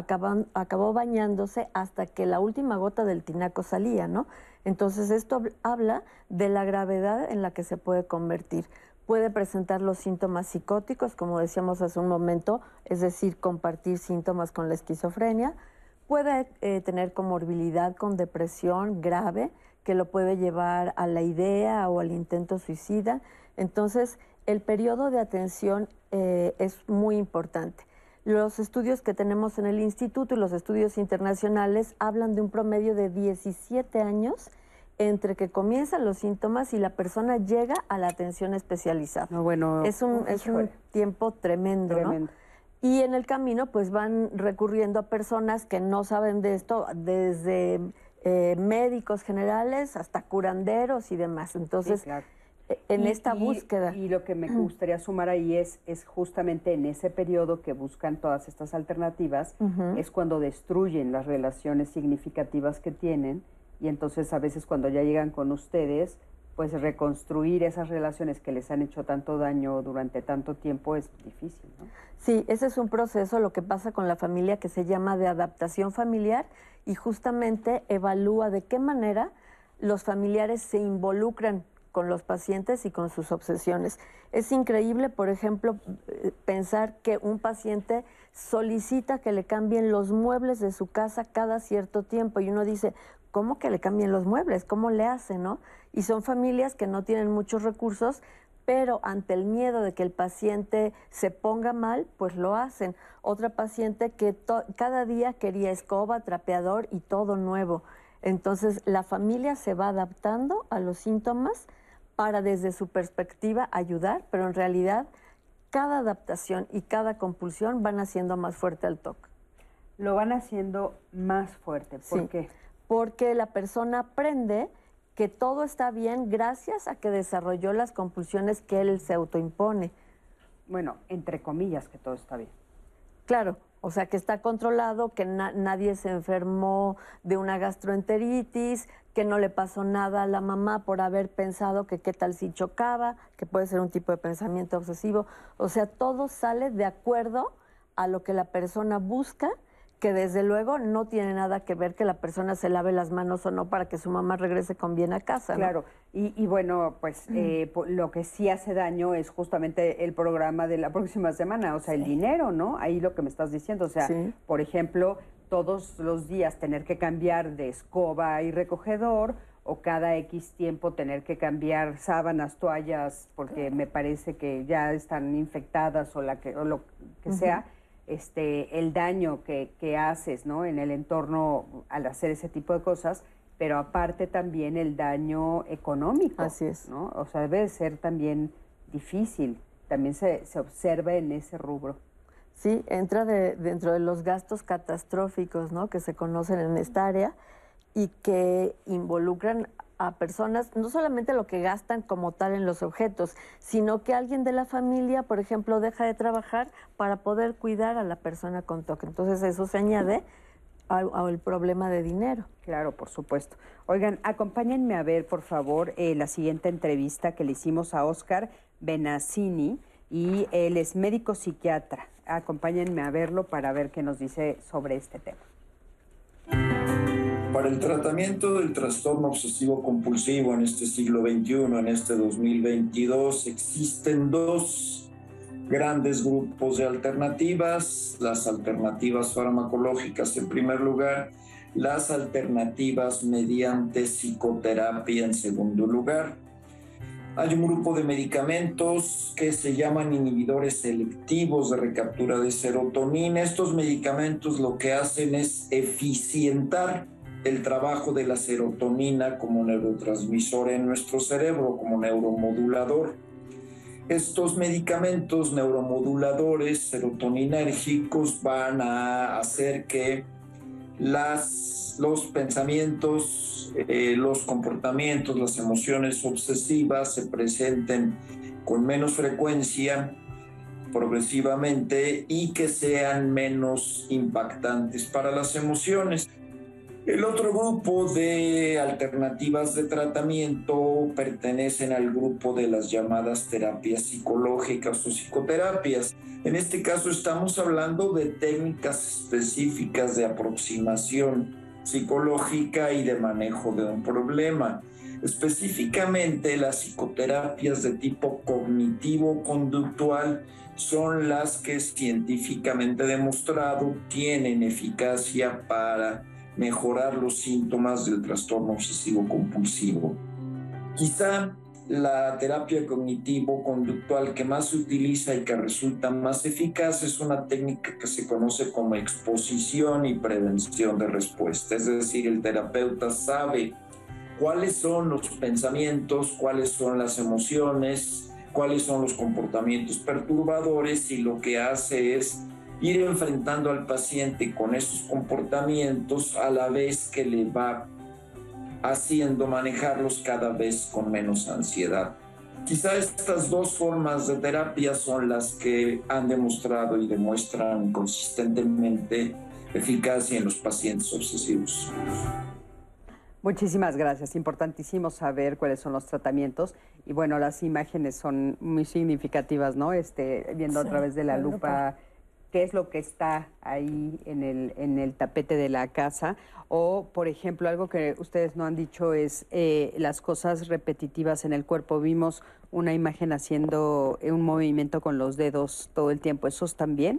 acabó bañándose hasta que la última gota del tinaco salía, ¿no? Entonces, esto habla de la gravedad en la que se puede convertir. Puede presentar los síntomas psicóticos, como decíamos hace un momento, es decir, compartir síntomas con la esquizofrenia. Puede tener comorbilidad con depresión grave, que lo puede llevar a la idea o al intento suicida. Entonces, el periodo de atención es muy importante. Los estudios que tenemos en el instituto y los estudios internacionales hablan de un promedio de 17 años entre que comienzan los síntomas y la persona llega a la atención especializada. No, bueno, es un tiempo tremendo, ¿no? Y en el camino pues van recurriendo a personas que no saben de esto, desde médicos generales hasta curanderos y demás. Entonces, sí, claro, en esta búsqueda. Y lo que me gustaría sumar ahí es justamente en ese periodo que buscan todas estas alternativas, es cuando destruyen las relaciones significativas que tienen, y entonces a veces cuando ya llegan con ustedes, pues reconstruir esas relaciones que les han hecho tanto daño durante tanto tiempo es difícil, ¿no? Sí, ese es un proceso, lo que pasa con la familia, que se llama de adaptación familiar, y justamente evalúa de qué manera los familiares se involucran con los pacientes y con sus obsesiones. Es increíble, por ejemplo, pensar que un paciente solicita que le cambien los muebles de su casa cada cierto tiempo y uno dice, ¿cómo que le cambien los muebles? ¿Cómo le hacen, no? Y son familias que no tienen muchos recursos, pero ante el miedo de que el paciente se ponga mal, pues lo hacen. Otra paciente que cada día quería escoba, trapeador y todo nuevo. Entonces, la familia se va adaptando a los síntomas para, desde su perspectiva, ayudar, pero en realidad cada adaptación y cada compulsión van haciendo más fuerte el TOC. Lo van haciendo más fuerte. ¿Por qué? Porque la persona aprende que todo está bien gracias a que desarrolló las compulsiones que él se autoimpone. Bueno, entre comillas que todo está bien. Claro, o sea, que está controlado, que nadie se enfermó de una gastroenteritis, que no le pasó nada a la mamá por haber pensado que qué tal si chocaba, que puede ser un tipo de pensamiento obsesivo. O sea, todo sale de acuerdo a lo que la persona busca, que desde luego no tiene nada que ver que la persona se lave las manos o no para que su mamá regrese con bien a casa, ¿no? Claro, y bueno, pues lo que sí hace daño es justamente el programa de la próxima semana, o sea, el dinero, ¿no? Ahí lo que me estás diciendo, o sea, por ejemplo, todos los días tener que cambiar de escoba y recogedor, o cada X tiempo tener que cambiar sábanas, toallas, porque me parece que ya están infectadas o lo que sea. El daño que haces, ¿no?, en el entorno al hacer ese tipo de cosas, pero aparte también el daño económico. Así es, ¿no? O sea, debe de ser también difícil, también se observa en ese rubro. ¿sí? Entra dentro de los gastos catastróficos, ¿no? Que se conocen en esta área y que involucran a personas, no solamente lo que gastan como tal en los objetos, sino que alguien de la familia, por ejemplo, deja de trabajar para poder cuidar a la persona con TOC. Entonces eso se añade al problema de dinero. Claro, por supuesto. Oigan, acompáñenme a ver, por favor, la siguiente entrevista que le hicimos a Oscar Benazzini, y él es médico psiquiatra. Acompáñenme a verlo para ver qué nos dice sobre este tema. Para el tratamiento del trastorno obsesivo compulsivo en este siglo XXI, en este 2022, existen dos grandes grupos de alternativas: las alternativas farmacológicas en primer lugar, las alternativas mediante psicoterapia en segundo lugar. Hay un grupo de medicamentos que se llaman inhibidores selectivos de recaptura de serotonina. Estos medicamentos lo que hacen es eficientar el trabajo de la serotonina como neurotransmisor en nuestro cerebro, como neuromodulador. Estos medicamentos neuromoduladores serotoninérgicos van a hacer que los pensamientos, los comportamientos, las emociones obsesivas se presenten con menos frecuencia, progresivamente, y que sean menos impactantes para las emociones. El otro grupo de alternativas de tratamiento pertenecen al grupo de las llamadas terapias psicológicas o psicoterapias. En este caso estamos hablando de técnicas específicas de aproximación psicológica y de manejo de un problema. Específicamente, las psicoterapias de tipo cognitivo-conductual son las que científicamente demostrado tienen eficacia para mejorar los síntomas del trastorno obsesivo compulsivo. Quizá la terapia cognitivo-conductual que más se utiliza y que resulta más eficaz es una técnica que se conoce como exposición y prevención de respuesta. Es decir, el terapeuta sabe cuáles son los pensamientos, cuáles son las emociones, cuáles son los comportamientos perturbadores, y lo que hace es ir enfrentando al paciente con esos comportamientos a la vez que le va haciendo manejarlos cada vez con menos ansiedad. Quizá estas dos formas de terapia son las que han demostrado y demuestran consistentemente eficacia en los pacientes obsesivos. Muchísimas gracias. Importantísimo saber cuáles son los tratamientos. Y bueno, las imágenes son muy significativas, ¿no? Viendo a través de la lupa qué es lo que está ahí en el tapete de la casa. O, por ejemplo, algo que ustedes no han dicho es las cosas repetitivas en el cuerpo. Vimos una imagen haciendo un movimiento con los dedos todo el tiempo. ¿Esos también?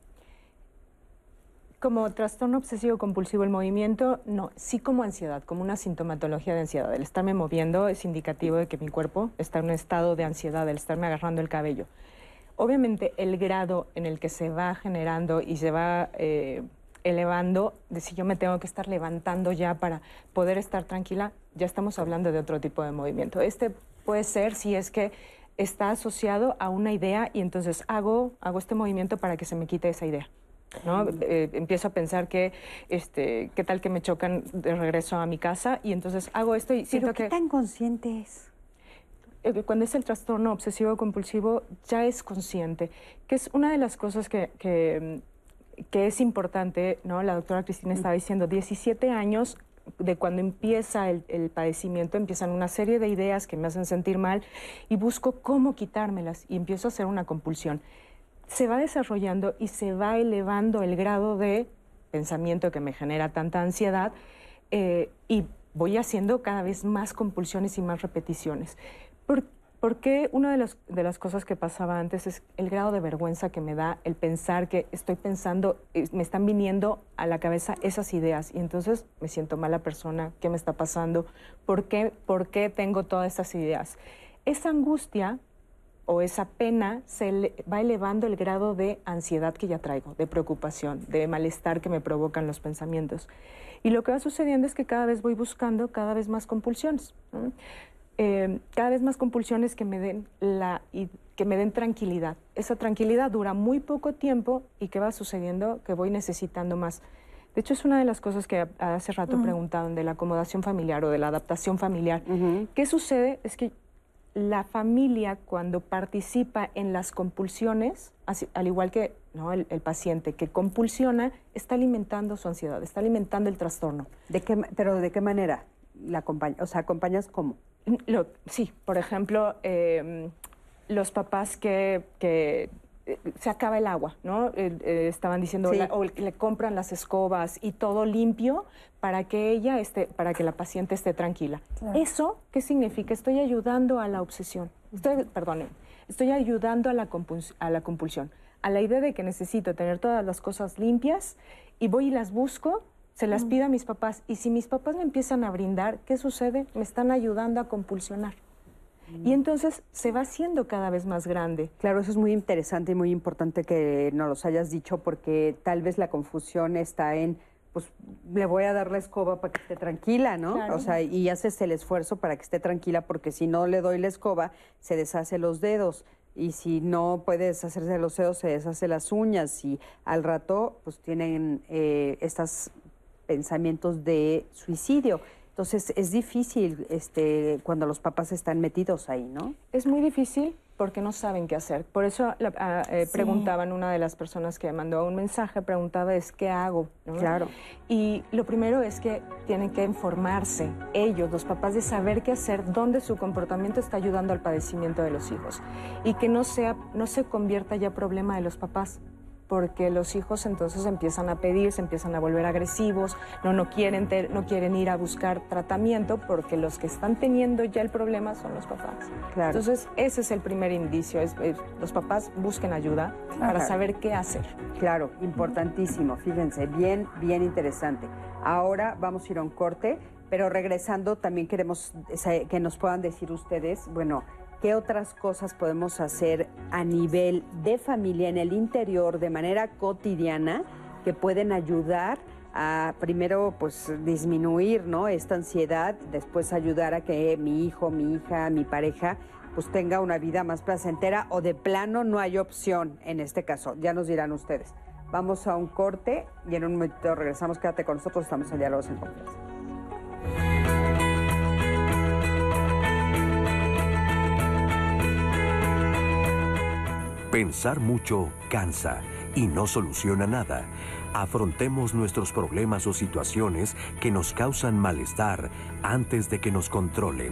Como trastorno obsesivo compulsivo el movimiento, no, sí como ansiedad, como una sintomatología de ansiedad. El estarme moviendo es indicativo de que mi cuerpo está en un estado de ansiedad, el estarme agarrando el cabello. Obviamente el grado en el que se va generando y se va elevando, de si yo me tengo que estar levantando ya para poder estar tranquila, ya estamos hablando de otro tipo de movimiento. Este puede ser si es que está asociado a una idea y entonces hago este movimiento para que se me quite esa idea, ¿no? Empiezo a pensar que, ¿qué tal que me chocan de regreso a mi casa? Y entonces hago esto y siento que... ¿Pero qué tan consciente es? Cuando es el trastorno obsesivo compulsivo ya es consciente, que es una de las cosas que es importante, ¿no? La doctora Cristina estaba diciendo, 17 años de cuando empieza el padecimiento, empiezan una serie de ideas que me hacen sentir mal y busco cómo quitármelas y empiezo a hacer una compulsión. Se va desarrollando y se va elevando el grado de pensamiento que me genera tanta ansiedad y voy haciendo cada vez más compulsiones y más repeticiones. Porque una de las cosas que pasaba antes es el grado de vergüenza que me da el pensar que estoy pensando, me están viniendo a la cabeza esas ideas y entonces me siento mala persona, ¿qué me está pasando? ¿Por qué tengo todas esas ideas? Esa angustia o esa pena se va elevando el grado de ansiedad que ya traigo, de preocupación, de malestar que me provocan los pensamientos. Y lo que va sucediendo es que cada vez voy buscando cada vez más compulsiones, ¿no? cada vez más compulsiones que me den tranquilidad. Esa tranquilidad dura muy poco tiempo y ¿qué va sucediendo? Que voy necesitando más. De hecho, es una de las cosas que hace rato preguntaban de la acomodación familiar o de la adaptación familiar. ¿Qué sucede? Es que la familia, cuando participa en las compulsiones, al igual que el paciente que compulsiona, está alimentando su ansiedad, está alimentando el trastorno. ¿Pero de qué manera la acompañas? O sea, ¿acompañas cómo? Sí, por ejemplo, los papás que se acaba el agua, ¿no? Estaban diciendo, Sí. o le compran las escobas y todo limpio para que la paciente esté tranquila. Claro. ¿Eso qué significa? Estoy ayudando a la obsesión. Estoy ayudando a la compulsión, a la idea de que necesito tener todas las cosas limpias y voy y las busco, se las pido a mis papás y si mis papás me empiezan a brindar, ¿qué sucede? Me están ayudando a compulsionar. Y entonces se va haciendo cada vez más grande. Claro, eso es muy interesante y muy importante que nos los hayas dicho porque tal vez la confusión está en, pues le voy a dar la escoba para que esté tranquila, ¿no? Claro. O sea, y haces el esfuerzo para que esté tranquila porque si no le doy la escoba, se deshace los dedos. Y si no puede deshacerse los dedos, se deshace las uñas. Y al rato, pues tienen estos pensamientos de suicidio. Entonces, es difícil cuando los papás están metidos ahí, ¿no? Es muy difícil porque no saben qué hacer. Por eso preguntaban, una de las personas que mandó un mensaje, preguntaba ¿qué hago? ¿No? Claro. Y lo primero es que tienen que informarse ellos, los papás, de saber qué hacer, dónde su comportamiento está ayudando al padecimiento de los hijos. Y que no se convierta ya problema de los papás. Porque los hijos entonces empiezan a pedir, se empiezan a volver agresivos, no quieren ir a buscar tratamiento porque los que están teniendo ya el problema son los papás. Claro. Entonces ese es el primer indicio, los papás busquen ayuda para saber qué hacer. Claro, importantísimo, fíjense, bien interesante. Ahora vamos a ir a un corte, pero regresando también queremos que nos puedan decir ustedes, bueno, ¿qué otras cosas podemos hacer a nivel de familia en el interior de manera cotidiana que pueden ayudar a primero pues disminuir, ¿no?, esta ansiedad, después ayudar a que mi hijo, mi hija, mi pareja pues tenga una vida más placentera o de plano no hay opción en este caso? Ya nos dirán ustedes. Vamos a un corte y en un momento regresamos. Quédate con nosotros, estamos en Diálogos en Confianza. Pensar mucho cansa y no soluciona nada. Afrontemos nuestros problemas o situaciones que nos causan malestar antes de que nos controlen.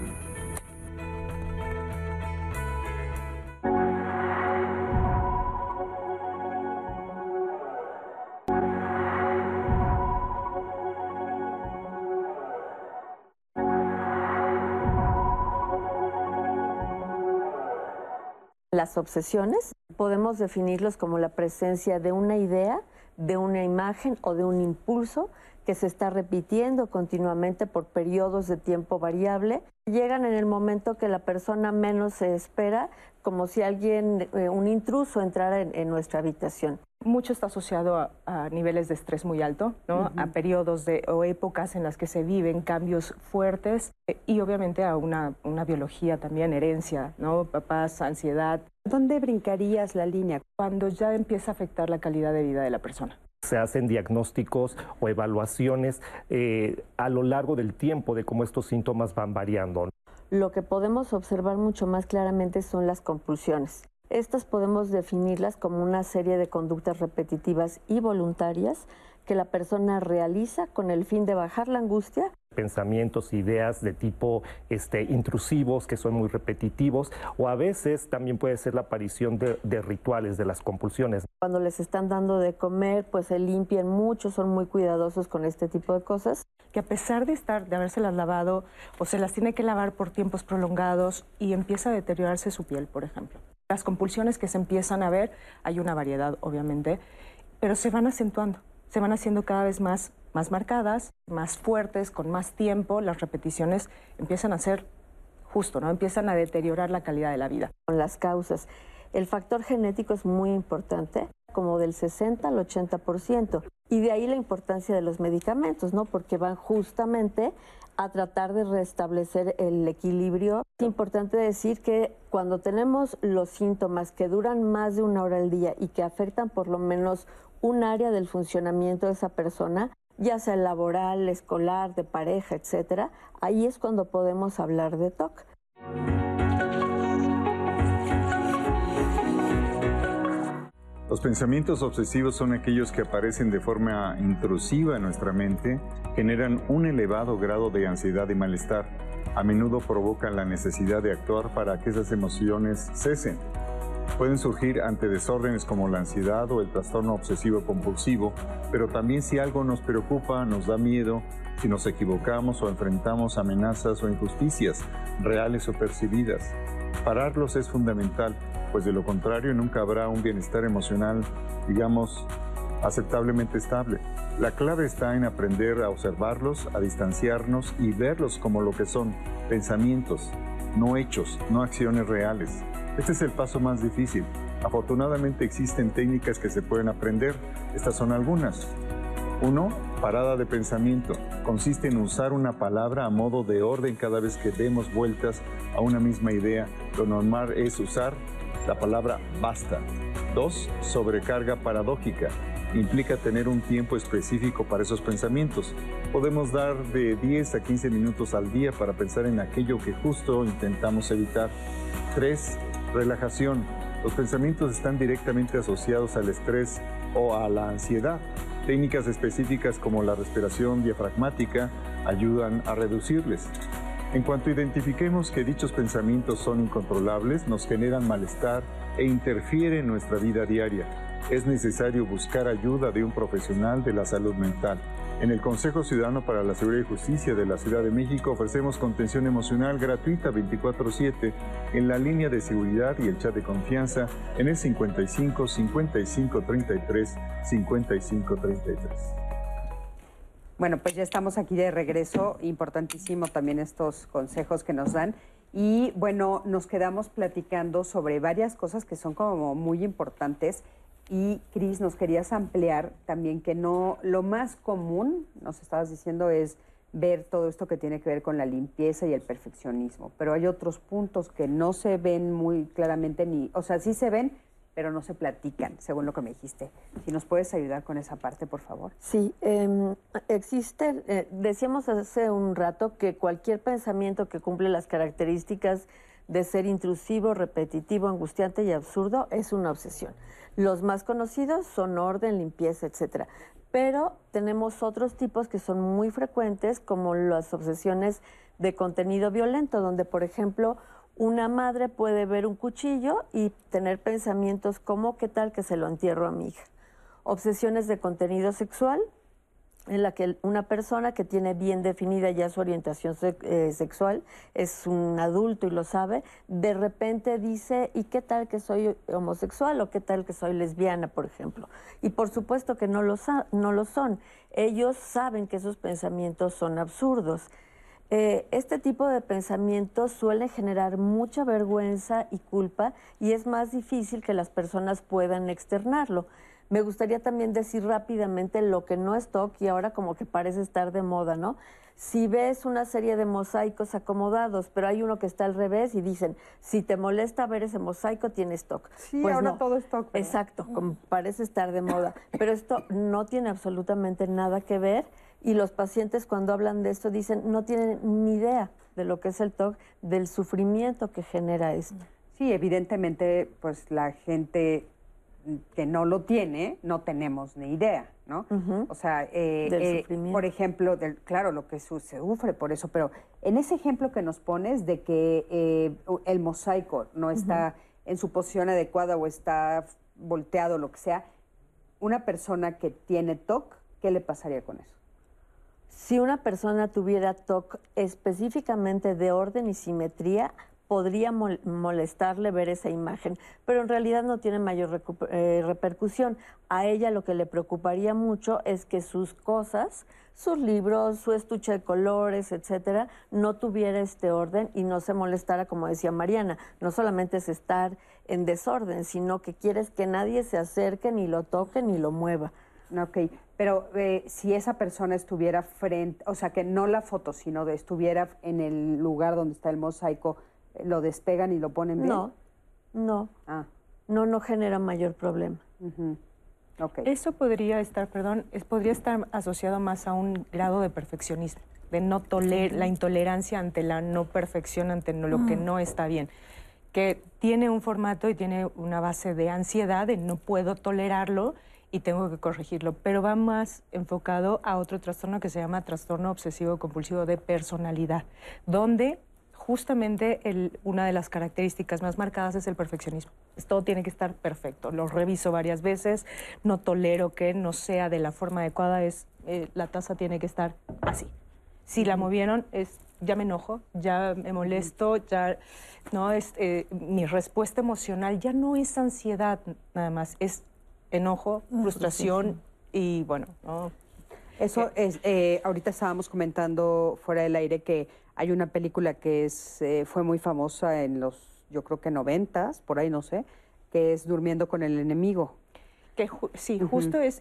Las obsesiones podemos definirlos como la presencia de una idea, de una imagen o de un impulso que se está repitiendo continuamente por periodos de tiempo variable. Llegan en el momento que la persona menos se espera, como si un intruso entrara en nuestra habitación. Mucho está asociado a niveles de estrés muy alto, ¿no? A periodos o épocas en las que se viven cambios fuertes y obviamente a una biología también, herencia, ¿no? Papás, ansiedad. ¿Dónde brincarías la línea? Cuando ya empieza a afectar la calidad de vida de la persona. Se hacen diagnósticos o evaluaciones a lo largo del tiempo de cómo estos síntomas van variando. Lo que podemos observar mucho más claramente son las compulsiones. Estas podemos definirlas como una serie de conductas repetitivas y voluntarias que la persona realiza con el fin de bajar la angustia. Pensamientos, ideas de tipo intrusivos, que son muy repetitivos, o a veces también puede ser la aparición de rituales de las compulsiones. Cuando les están dando de comer, pues se limpian mucho, son muy cuidadosos con este tipo de cosas. Que a pesar de habérselas lavado o se las tiene que lavar por tiempos prolongados y empieza a deteriorarse su piel, por ejemplo. Las compulsiones que se empiezan a ver, hay una variedad obviamente, pero se van acentuando, se van haciendo cada vez más marcadas, más fuertes, con más tiempo. Las repeticiones empiezan a ser ¿no? Empiezan a deteriorar la calidad de la vida. Con las causas, el factor genético es muy importante, como del 60 al 80%. Y de ahí la importancia de los medicamentos, ¿no? Porque van justamente a tratar de restablecer el equilibrio. Es importante decir que cuando tenemos los síntomas que duran más de 1 hora al día y que afectan por lo menos un área del funcionamiento de esa persona, ya sea laboral, escolar, de pareja, etcétera, ahí es cuando podemos hablar de TOC. Los pensamientos obsesivos son aquellos que aparecen de forma intrusiva en nuestra mente, generan un elevado grado de ansiedad y malestar. A menudo provocan la necesidad de actuar para que esas emociones cesen. Pueden surgir ante desórdenes como la ansiedad o el trastorno obsesivo-compulsivo, pero también si algo nos preocupa, nos da miedo, si nos equivocamos o enfrentamos amenazas o injusticias, reales o percibidas. Pararlos es fundamental, pues de lo contrario nunca habrá un bienestar emocional, digamos, aceptablemente estable. La clave está en aprender a observarlos, a distanciarnos y verlos como lo que son, pensamientos, no hechos, no acciones reales. Este es el paso más difícil. Afortunadamente existen técnicas que se pueden aprender. Estas son algunas. 1. Parada de pensamiento. Consiste en usar una palabra a modo de orden cada vez que demos vueltas a una misma idea. Lo normal es usar la palabra basta. 2. Sobrecarga paradójica. Implica tener un tiempo específico para esos pensamientos. Podemos dar de 10 a 15 minutos al día para pensar en aquello que justo intentamos evitar. 3. Relajación. Los pensamientos están directamente asociados al estrés o a la ansiedad. Técnicas específicas como la respiración diafragmática ayudan a reducirles. En cuanto identifiquemos que dichos pensamientos son incontrolables, nos generan malestar e interfieren en nuestra vida diaria, es necesario buscar ayuda de un profesional de la salud mental. En el Consejo Ciudadano para la Seguridad y Justicia de la Ciudad de México ofrecemos contención emocional gratuita 24/7 en la línea de seguridad y el chat de confianza en el 55 55 33 55 33. Bueno, pues ya estamos aquí de regreso. Importantísimo también estos consejos que nos dan. Y bueno, nos quedamos platicando sobre varias cosas que son como muy importantes. Y Cris, nos querías ampliar también que no, lo más común, nos estabas diciendo, es ver todo esto que tiene que ver con la limpieza y el perfeccionismo. Pero hay otros puntos que no se ven muy claramente, o sea, sí se ven, pero no se platican, según lo que me dijiste. Si nos puedes ayudar con esa parte, por favor. Sí, decíamos hace un rato que cualquier pensamiento que cumple las características de ser intrusivo, repetitivo, angustiante y absurdo es una obsesión. Los más conocidos son orden, limpieza, etcétera. Pero tenemos otros tipos que son muy frecuentes, como las obsesiones de contenido violento, donde, por ejemplo, una madre puede ver un cuchillo y tener pensamientos como ¿qué tal que se lo entierro a mi hija? Obsesiones de contenido sexual, en la que una persona que tiene bien definida ya su orientación sexual, es un adulto y lo sabe, de repente dice, ¿y qué tal que soy homosexual o qué tal que soy lesbiana, por ejemplo? Y por supuesto que no lo son. Ellos saben que esos pensamientos son absurdos. Este tipo de pensamientos suele generar mucha vergüenza y culpa y es más difícil que las personas puedan externarlo. Me gustaría también decir rápidamente lo que no es TOC y ahora como que parece estar de moda, ¿no? Si ves una serie de mosaicos acomodados, pero hay uno que está al revés y dicen, si te molesta ver ese mosaico, tienes TOC. Sí, pues ahora no. todo es TOC. ¿Verdad? Exacto, como parece estar de moda. Pero esto no tiene absolutamente nada que ver y los pacientes cuando hablan de esto dicen, no tienen ni idea de lo que es el TOC, del sufrimiento que genera esto. Sí, evidentemente, pues la gente que no lo tiene, no tenemos ni idea, ¿no? O sea, por ejemplo, claro, lo que se sufre por eso, pero en ese ejemplo que nos pones de que el mosaico no está en su posición adecuada o está volteado, lo que sea, una persona que tiene TOC, ¿qué le pasaría con eso? Si una persona tuviera TOC específicamente de orden y simetría, podría molestarle ver esa imagen, pero en realidad no tiene mayor repercusión. A ella lo que le preocuparía mucho es que sus cosas, sus libros, su estuche de colores, etcétera, no tuviera este orden y no se molestara, como decía Mariana. No solamente es estar en desorden, sino que quieres que nadie se acerque, ni lo toque, ni lo mueva. Ok, pero si esa persona estuviera frente, o sea, que no la foto, sino estuviera en el lugar donde está el mosaico, ¿lo despegan y lo ponen bien? No. No genera mayor problema. Okay. Eso podría estar, podría estar asociado más a un grado de perfeccionismo, de no la intolerancia ante la no perfección, ante lo que no está bien, que tiene un formato y tiene una base de ansiedad, de no puedo tolerarlo y tengo que corregirlo, pero va más enfocado a otro trastorno que se llama trastorno obsesivo compulsivo de personalidad, donde justamente una de las características más marcadas es el perfeccionismo. Todo tiene que estar perfecto. Lo reviso varias veces, no tolero que no sea de la forma adecuada, la taza tiene que estar así. Si la movieron, ya me enojo, ya me molesto, ya no mi respuesta emocional ya no es ansiedad nada más, es enojo, frustración y bueno, ¿no? Eso es, ahorita estábamos comentando fuera del aire que hay una película que fue muy famosa en los, yo creo que 90s, por ahí no sé, que es Durmiendo con el enemigo. Que sí, justo es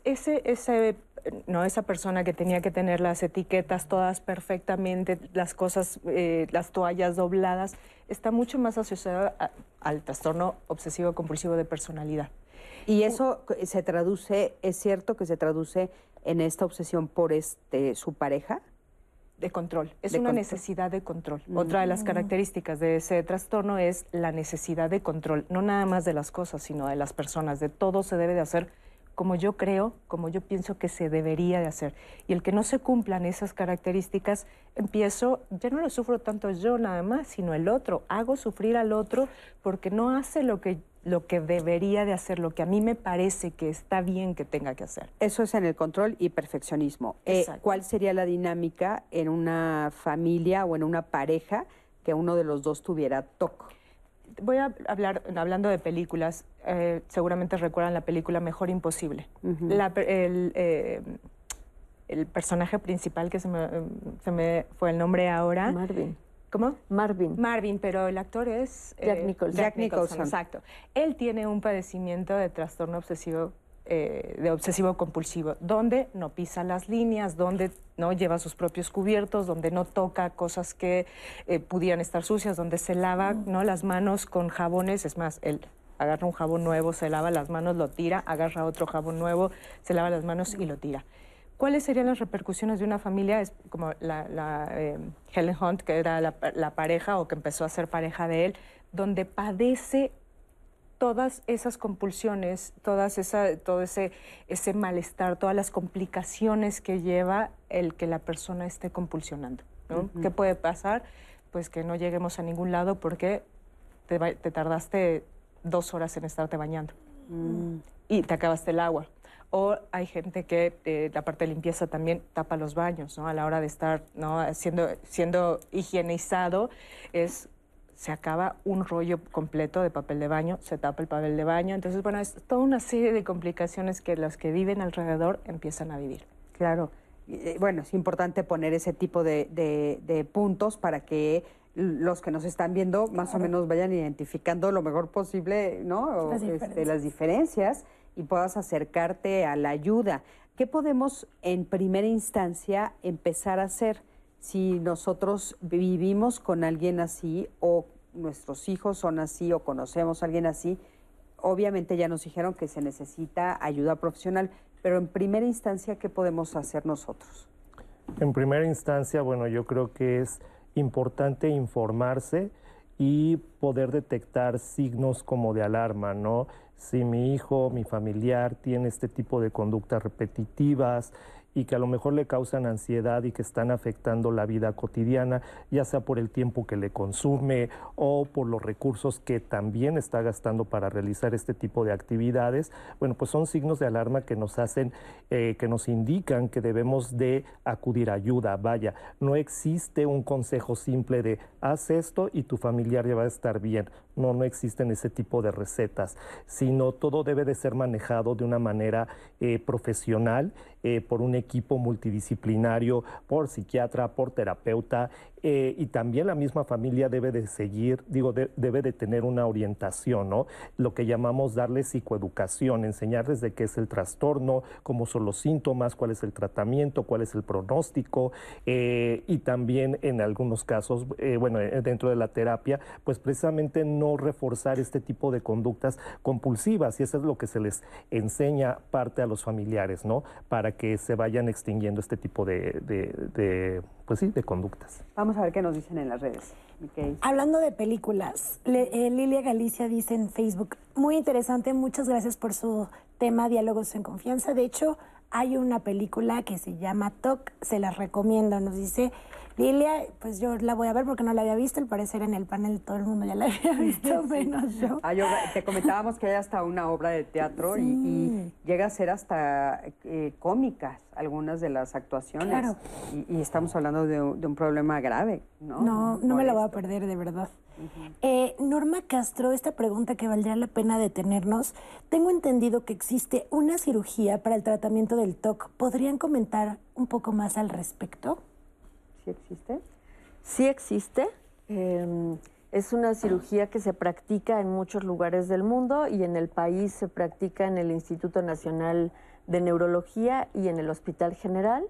esa persona que tenía que tener las etiquetas todas perfectamente, las cosas, las toallas dobladas, está mucho más asociada al trastorno obsesivo compulsivo de personalidad. Y eso se traduce, ¿es cierto que se traduce en esta obsesión por su pareja? De control, es una necesidad de control. Otra de las características de ese trastorno es la necesidad de control, no nada más de las cosas, sino de las personas, de todo se debe de hacer como yo creo, como yo pienso que se debería de hacer. Y el que no se cumplan esas características, ya no lo sufro tanto yo nada más, sino el otro. Hago sufrir al otro porque no hace lo que debería de hacer, lo que a mí me parece que está bien que tenga que hacer. Eso es en el control y perfeccionismo. ¿Cuál sería la dinámica en una familia o en una pareja que uno de los dos tuviera TOC? Voy a hablando de películas, seguramente recuerdan la película Mejor Imposible. El personaje principal, que se me fue el nombre ahora. Marvin. ¿Cómo? Marvin, pero el actor es Jack Nicholson. Exacto. Él tiene un padecimiento de trastorno obsesivo, de obsesivo compulsivo, donde no pisa las líneas, donde no lleva sus propios cubiertos, donde no toca cosas que pudieran estar sucias, donde se lava las manos con jabones. Es más, él agarra un jabón nuevo, se lava las manos, lo tira, agarra otro jabón nuevo, se lava las manos y lo tira. ¿Cuáles serían las repercusiones de una familia? Es como Helen Hunt, que era la pareja o que empezó a ser pareja de él, donde padece todas esas compulsiones, todo ese malestar, todas las complicaciones que lleva el que la persona esté compulsionando, ¿no? ¿Qué puede pasar? Pues que no lleguemos a ningún lado porque te tardaste 2 horas en estarte bañando y te acabaste el agua. O hay gente que la parte de limpieza también tapa los baños, ¿no? A la hora de estar, ¿no?, siendo higienizado, se acaba un rollo completo de papel de baño, se tapa el papel de baño. Entonces, bueno, es toda una serie de complicaciones que los que viven alrededor empiezan a vivir. Claro. Bueno, es importante poner ese tipo de puntos para que los que nos están viendo más o menos vayan identificando lo mejor posible, ¿no? Las diferencias y puedas acercarte a la ayuda. ¿Qué podemos en primera instancia empezar a hacer si nosotros vivimos con alguien así o nuestros hijos son así o conocemos a alguien así? Obviamente ya nos dijeron que se necesita ayuda profesional, pero en primera instancia, ¿qué podemos hacer nosotros? En primera instancia, bueno, yo creo que es importante informarse y poder detectar signos como de alarma, ¿no? Si mi hijo, mi familiar tiene este tipo de conductas repetitivas y que a lo mejor le causan ansiedad y que están afectando la vida cotidiana, ya sea por el tiempo que le consume o por los recursos que también está gastando para realizar este tipo de actividades, bueno, pues son signos de alarma que nos hacen, que nos indican que debemos de acudir a ayuda. Vaya, no existe un consejo simple de haz esto y tu familiar ya va a estar bien. No existen ese tipo de recetas, sino todo debe de ser manejado de una manera profesional por un equipo multidisciplinario, por psiquiatra, por terapeuta, y también la misma familia debe de seguir, debe de tener una orientación, ¿no? Lo que llamamos darles psicoeducación, enseñarles de qué es el trastorno, cómo son los síntomas, cuál es el tratamiento, cuál es el pronóstico, y también en algunos casos, dentro de la terapia, pues precisamente no reforzar este tipo de conductas compulsivas, y eso es lo que se les enseña parte a los familiares, ¿no? Para que se vayan extinguiendo este tipo de conductas. Vamos a ver qué nos dicen en las redes. Okay. Hablando de películas, Lilia Galicia dice en Facebook, muy interesante, muchas gracias por su tema Diálogos en Confianza. De hecho, hay una película que se llama TOC, se las recomiendo, nos dice Lilia, pues yo la voy a ver porque no la había visto, al parecer en el panel todo el mundo ya la había visto, menos yo. Te comentábamos que hay hasta una obra de teatro y llega a ser hasta cómicas algunas de las actuaciones. Claro. Y estamos hablando de un problema grave, ¿no? No me la voy a perder, de verdad. Norma Castro, esta pregunta que valdría la pena detenernos. Tengo entendido que existe una cirugía para el tratamiento del TOC. ¿Podrían comentar un poco más al respecto? ¿Sí existe? Sí existe. Es una cirugía que se practica en muchos lugares del mundo y en el país se practica en el Instituto Nacional de Neurología y en el Hospital General.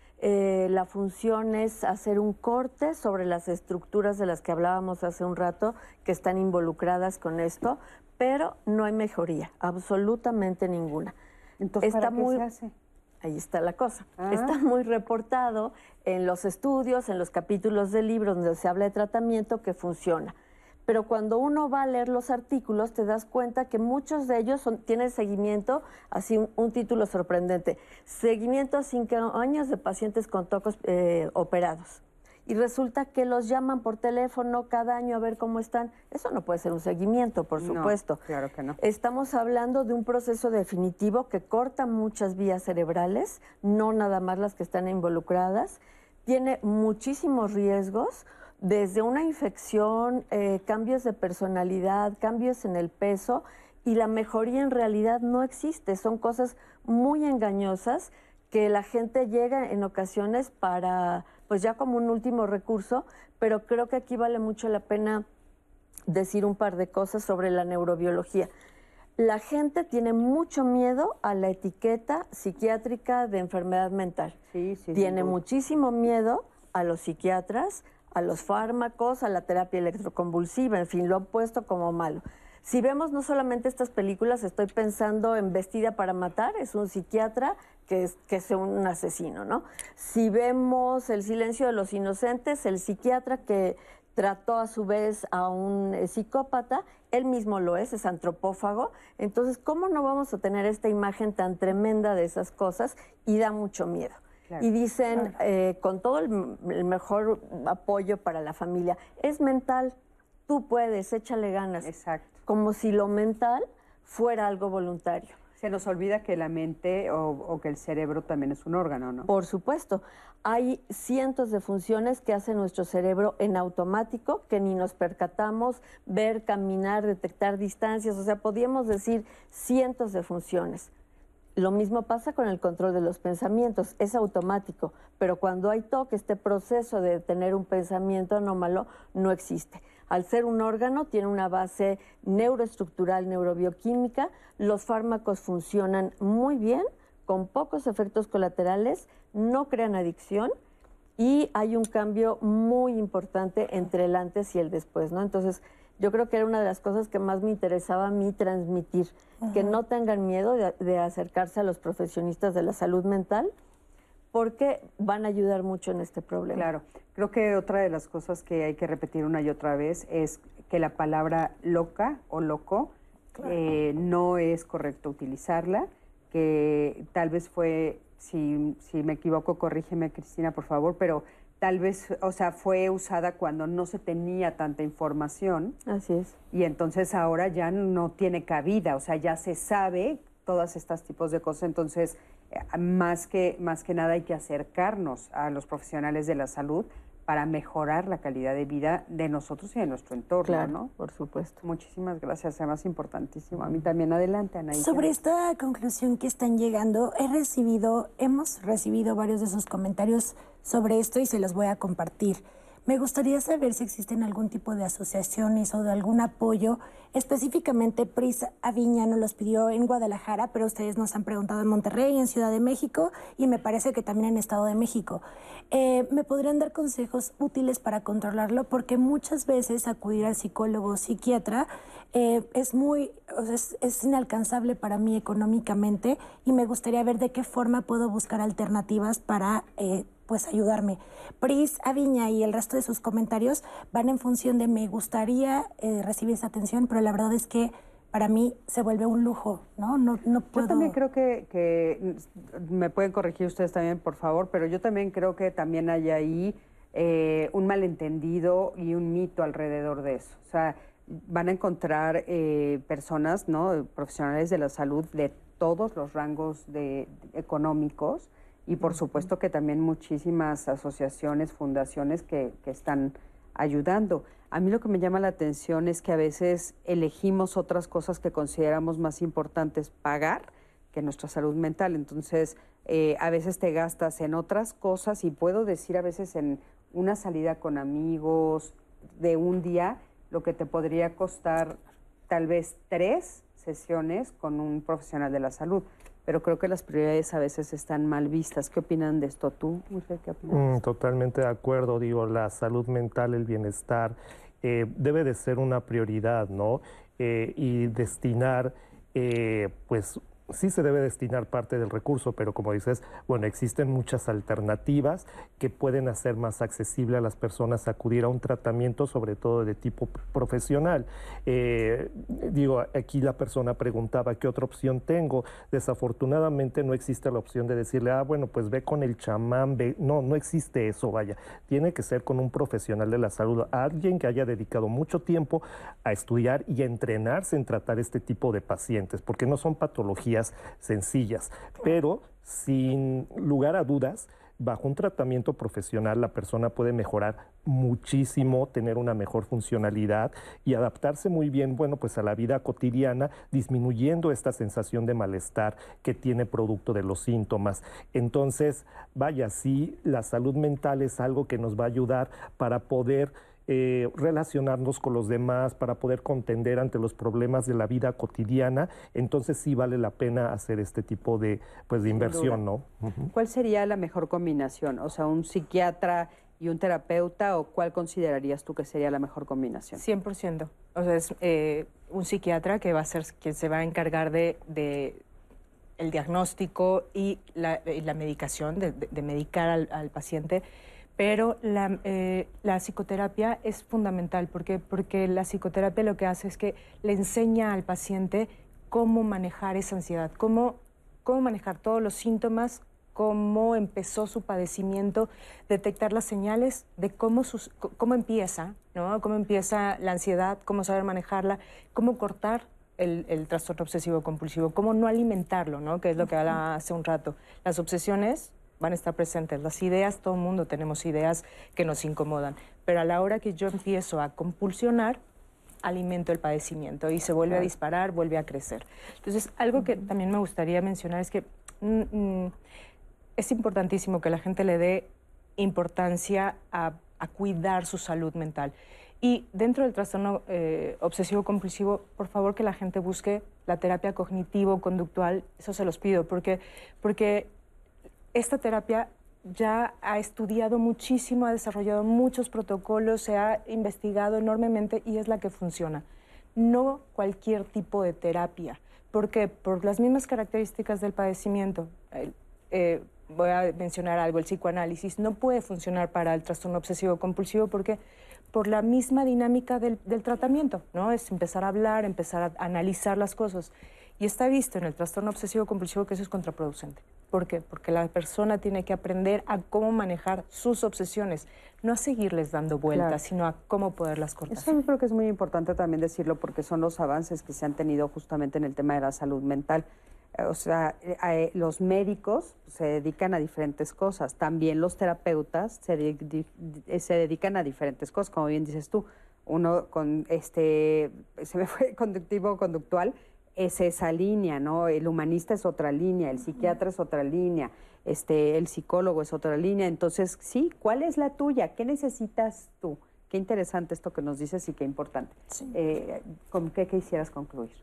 La función es hacer un corte sobre las estructuras de las que hablábamos hace un rato que están involucradas con esto, pero no hay mejoría, absolutamente ninguna. Entonces, ¿para qué se hace? Ahí está la cosa. Está muy reportado en los estudios, en los capítulos del libro donde se habla de tratamiento que funciona. Pero cuando uno va a leer los artículos te das cuenta que muchos de ellos tienen seguimiento, así un título sorprendente, seguimiento a 5 años de pacientes con TOC operados. Y resulta que los llaman por teléfono cada año a ver cómo están. Eso no puede ser un seguimiento, por supuesto. No, claro que no. Estamos hablando de un proceso definitivo que corta muchas vías cerebrales, no nada más las que están involucradas. Tiene muchísimos riesgos, desde una infección, cambios de personalidad, cambios en el peso, y la mejoría en realidad no existe. Son cosas muy engañosas que la gente llega en ocasiones para, pues ya como un último recurso, pero creo que aquí vale mucho la pena decir un par de cosas sobre la neurobiología. La gente tiene mucho miedo a la etiqueta psiquiátrica de enfermedad mental. Tiene muchísimo miedo a los psiquiatras, a los fármacos, a la terapia electroconvulsiva, en fin, lo han puesto como malo. Si vemos no solamente estas películas, estoy pensando en Vestida para matar, es un psiquiatra que es un asesino, ¿no? Si vemos El silencio de los inocentes, el psiquiatra que trató a su vez a un psicópata, él mismo lo es antropófago. Entonces, ¿cómo no vamos a tener esta imagen tan tremenda de esas cosas? Y da mucho miedo. Claro, y dicen, con todo el mejor apoyo para la familia, es mental, tú puedes, échale ganas. Exacto. Como si lo mental fuera algo voluntario. Se nos olvida que la mente o que el cerebro también es un órgano, ¿no? Por supuesto. Hay cientos de funciones que hace nuestro cerebro en automático, que ni nos percatamos, ver, caminar, detectar distancias, o sea, podríamos decir cientos de funciones. Lo mismo pasa con el control de los pensamientos, es automático, pero cuando hay TOC, este proceso de tener un pensamiento anómalo no existe. Al ser un órgano, tiene una base neuroestructural, neurobioquímica, los fármacos funcionan muy bien, con pocos efectos colaterales, no crean adicción y hay un cambio muy importante entre el antes y el después, ¿no? Entonces, yo creo que era una de las cosas que más me interesaba a mí transmitir, que no tengan miedo de acercarse a los profesionistas de la salud mental, porque van a ayudar mucho en este problema. Claro, creo que otra de las cosas que hay que repetir una y otra vez es que la palabra loca o loco no es correcto utilizarla, que tal vez fue, si me equivoco, corrígeme Cristina, por favor, pero tal vez, o sea, fue usada cuando no se tenía tanta información. Así es. Y entonces ahora ya no tiene cabida, o sea, ya se sabe todas estas tipos de cosas, entonces Más que nada hay que acercarnos a los profesionales de la salud para mejorar la calidad de vida de nosotros y de nuestro entorno, Claro, ¿no? por supuesto. Muchísimas gracias, además importantísimo. A mí también. Adelante, Anaí. Sobre esta conclusión que están llegando, hemos recibido varios de sus comentarios sobre esto y se los voy a compartir. Me gustaría saber si existen algún tipo de asociaciones o de algún apoyo. Específicamente, Pris Aviña nos los pidió en Guadalajara, pero ustedes nos han preguntado en Monterrey, en Ciudad de México y me parece que también en Estado de México. ¿Me podrían dar consejos útiles para controlarlo? Porque muchas veces acudir al psicólogo o psiquiatra es inalcanzable para mí económicamente y me gustaría ver de qué forma puedo buscar alternativas para pues ayudarme. Pris Aviña y el resto de sus comentarios van en función de me gustaría recibir esa atención, pero la verdad es que para mí se vuelve un lujo, ¿no? No puedo... Yo también creo que me pueden corregir ustedes también, por favor, pero yo también creo que también hay ahí un malentendido y un mito alrededor de eso. O sea, van a encontrar personas, ¿no? Profesionales de la salud de todos los rangos económicos y por supuesto que también muchísimas asociaciones, fundaciones que están ayudando. A mí lo que me llama la atención es que a veces elegimos otras cosas que consideramos más importantes pagar que nuestra salud mental. Entonces, a veces te gastas en otras cosas y puedo decir a veces en una salida con amigos de un día, lo que te podría costar tal vez 3 sesiones con un profesional de la salud. Pero creo que las prioridades a veces están mal vistas. ¿Qué opinan de esto tú, Wilfred? ¿Qué opinas? Totalmente de acuerdo. Digo, la salud mental, el bienestar, debe de ser una prioridad, ¿no? Y destinar, pues sí se debe destinar parte del recurso, pero como dices, bueno, existen muchas alternativas que pueden hacer más accesible a las personas acudir a un tratamiento, sobre todo de tipo profesional. Digo, aquí la persona preguntaba, ¿qué otra opción tengo? Desafortunadamente no existe la opción de decirle, bueno, pues ve con el chamán, ve. No existe eso, vaya. Tiene que ser con un profesional de la salud, alguien que haya dedicado mucho tiempo a estudiar y a entrenarse en tratar este tipo de pacientes, porque no son patologías sencillas, pero sin lugar a dudas, bajo un tratamiento profesional la persona puede mejorar muchísimo, tener una mejor funcionalidad y adaptarse muy bien, bueno, pues a la vida cotidiana, disminuyendo esta sensación de malestar que tiene producto de los síntomas. Entonces, vaya, sí, la salud mental es algo que nos va a ayudar para poder relacionarnos con los demás, para poder contender ante los problemas de la vida cotidiana. Entonces sí vale la pena hacer este tipo de inversión, ¿no? ¿Cuál sería la mejor combinación? O sea, ¿un psiquiatra y un terapeuta o cuál considerarías tú que sería la mejor combinación? 100%. O sea, es un psiquiatra que va a ser quien se va a encargar de el diagnóstico y la medicación, de medicar al paciente. Pero la psicoterapia es fundamental porque la psicoterapia lo que hace es que le enseña al paciente cómo manejar esa ansiedad, cómo manejar todos los síntomas, cómo empezó su padecimiento, detectar las señales de cómo empieza, ¿no? Cómo empieza la ansiedad, cómo saber manejarla, cómo cortar el trastorno obsesivo compulsivo, cómo no alimentarlo, ¿no? Que es lo que hablaba hace un rato. Las obsesiones van a estar presentes. Las ideas, todo el mundo tenemos ideas que nos incomodan, pero a la hora que yo empiezo a compulsionar, alimento el padecimiento y se vuelve a disparar, vuelve a crecer. Entonces, algo que también me gustaría mencionar es que es importantísimo que la gente le dé importancia a cuidar su salud mental. Y dentro del trastorno obsesivo compulsivo, por favor que la gente busque la terapia cognitivo-conductual, eso se los pido, porque esta terapia ya ha estudiado muchísimo, ha desarrollado muchos protocolos, se ha investigado enormemente y es la que funciona. No cualquier tipo de terapia. ¿Por qué? Por las mismas características del padecimiento. Voy a mencionar algo, el psicoanálisis no puede funcionar para el trastorno obsesivo compulsivo porque por la misma dinámica del tratamiento, ¿no? Es empezar a hablar, empezar a analizar las cosas. Y está visto en el trastorno obsesivo compulsivo que eso es contraproducente. ¿Por qué? Porque la persona tiene que aprender a cómo manejar sus obsesiones, no a seguirles dando vueltas, sino a cómo poderlas cortar. Eso yo creo que es muy importante también decirlo porque son los avances que se han tenido justamente en el tema de la salud mental. O sea, los médicos se dedican a diferentes cosas. También los terapeutas se dedican a diferentes cosas, como bien dices tú. Uno con se me fue conductivo-conductual, es esa línea, ¿no? El humanista es otra línea, el psiquiatra es otra línea, el psicólogo es otra línea. Entonces, sí, ¿cuál es la tuya? ¿Qué necesitas tú? Qué interesante esto que nos dices y qué importante. Sí. ¿Con qué quisieras concluir?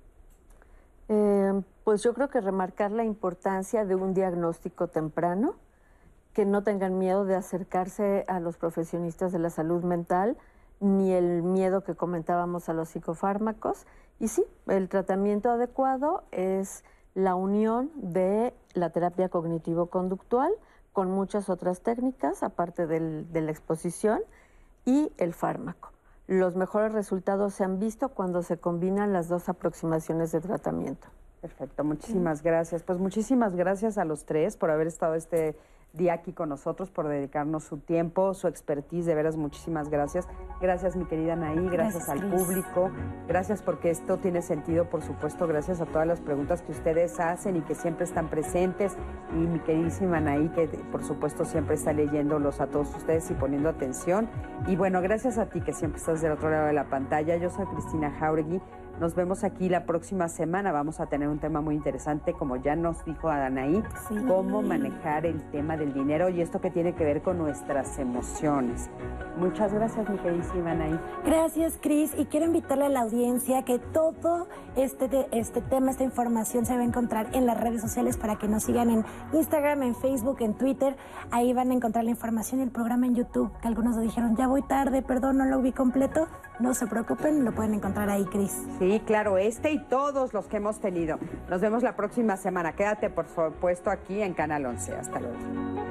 Pues yo creo que remarcar la importancia de un diagnóstico temprano, que no tengan miedo de acercarse a los profesionistas de la salud mental, ni el miedo que comentábamos a los psicofármacos. Y sí, el tratamiento adecuado es la unión de la terapia cognitivo-conductual con muchas otras técnicas, aparte de la exposición, y el fármaco. Los mejores resultados se han visto cuando se combinan las dos aproximaciones de tratamiento. Perfecto, muchísimas gracias. Pues muchísimas gracias a los tres por haber estado este día aquí con nosotros, por dedicarnos su tiempo, su expertise, de veras muchísimas gracias. Gracias, mi querida Anaí, gracias al público, gracias porque esto tiene sentido, por supuesto, gracias a todas las preguntas que ustedes hacen y que siempre están presentes, y mi queridísima Anaí, que por supuesto siempre está leyéndolos a todos ustedes y poniendo atención. Y bueno, gracias a ti que siempre estás del otro lado de la pantalla. Yo soy Cristina Jauregui. Nos vemos aquí la próxima semana. Vamos a tener un tema muy interesante, como ya nos dijo Anaí, cómo manejar el tema del dinero y esto que tiene que ver con nuestras emociones. Muchas gracias, mi queridísima Anaí. Gracias, Cris. Y quiero invitarle a la audiencia que todo este tema, esta información se va a encontrar en las redes sociales para que nos sigan en Instagram, en Facebook, en Twitter. Ahí van a encontrar la información y el programa en YouTube, que algunos nos dijeron, ya voy tarde, perdón, no lo vi completo. No se preocupen, lo pueden encontrar ahí, Cris. Sí, claro, y todos los que hemos tenido. Nos vemos la próxima semana. Quédate, por supuesto, aquí en Canal 11. Hasta luego.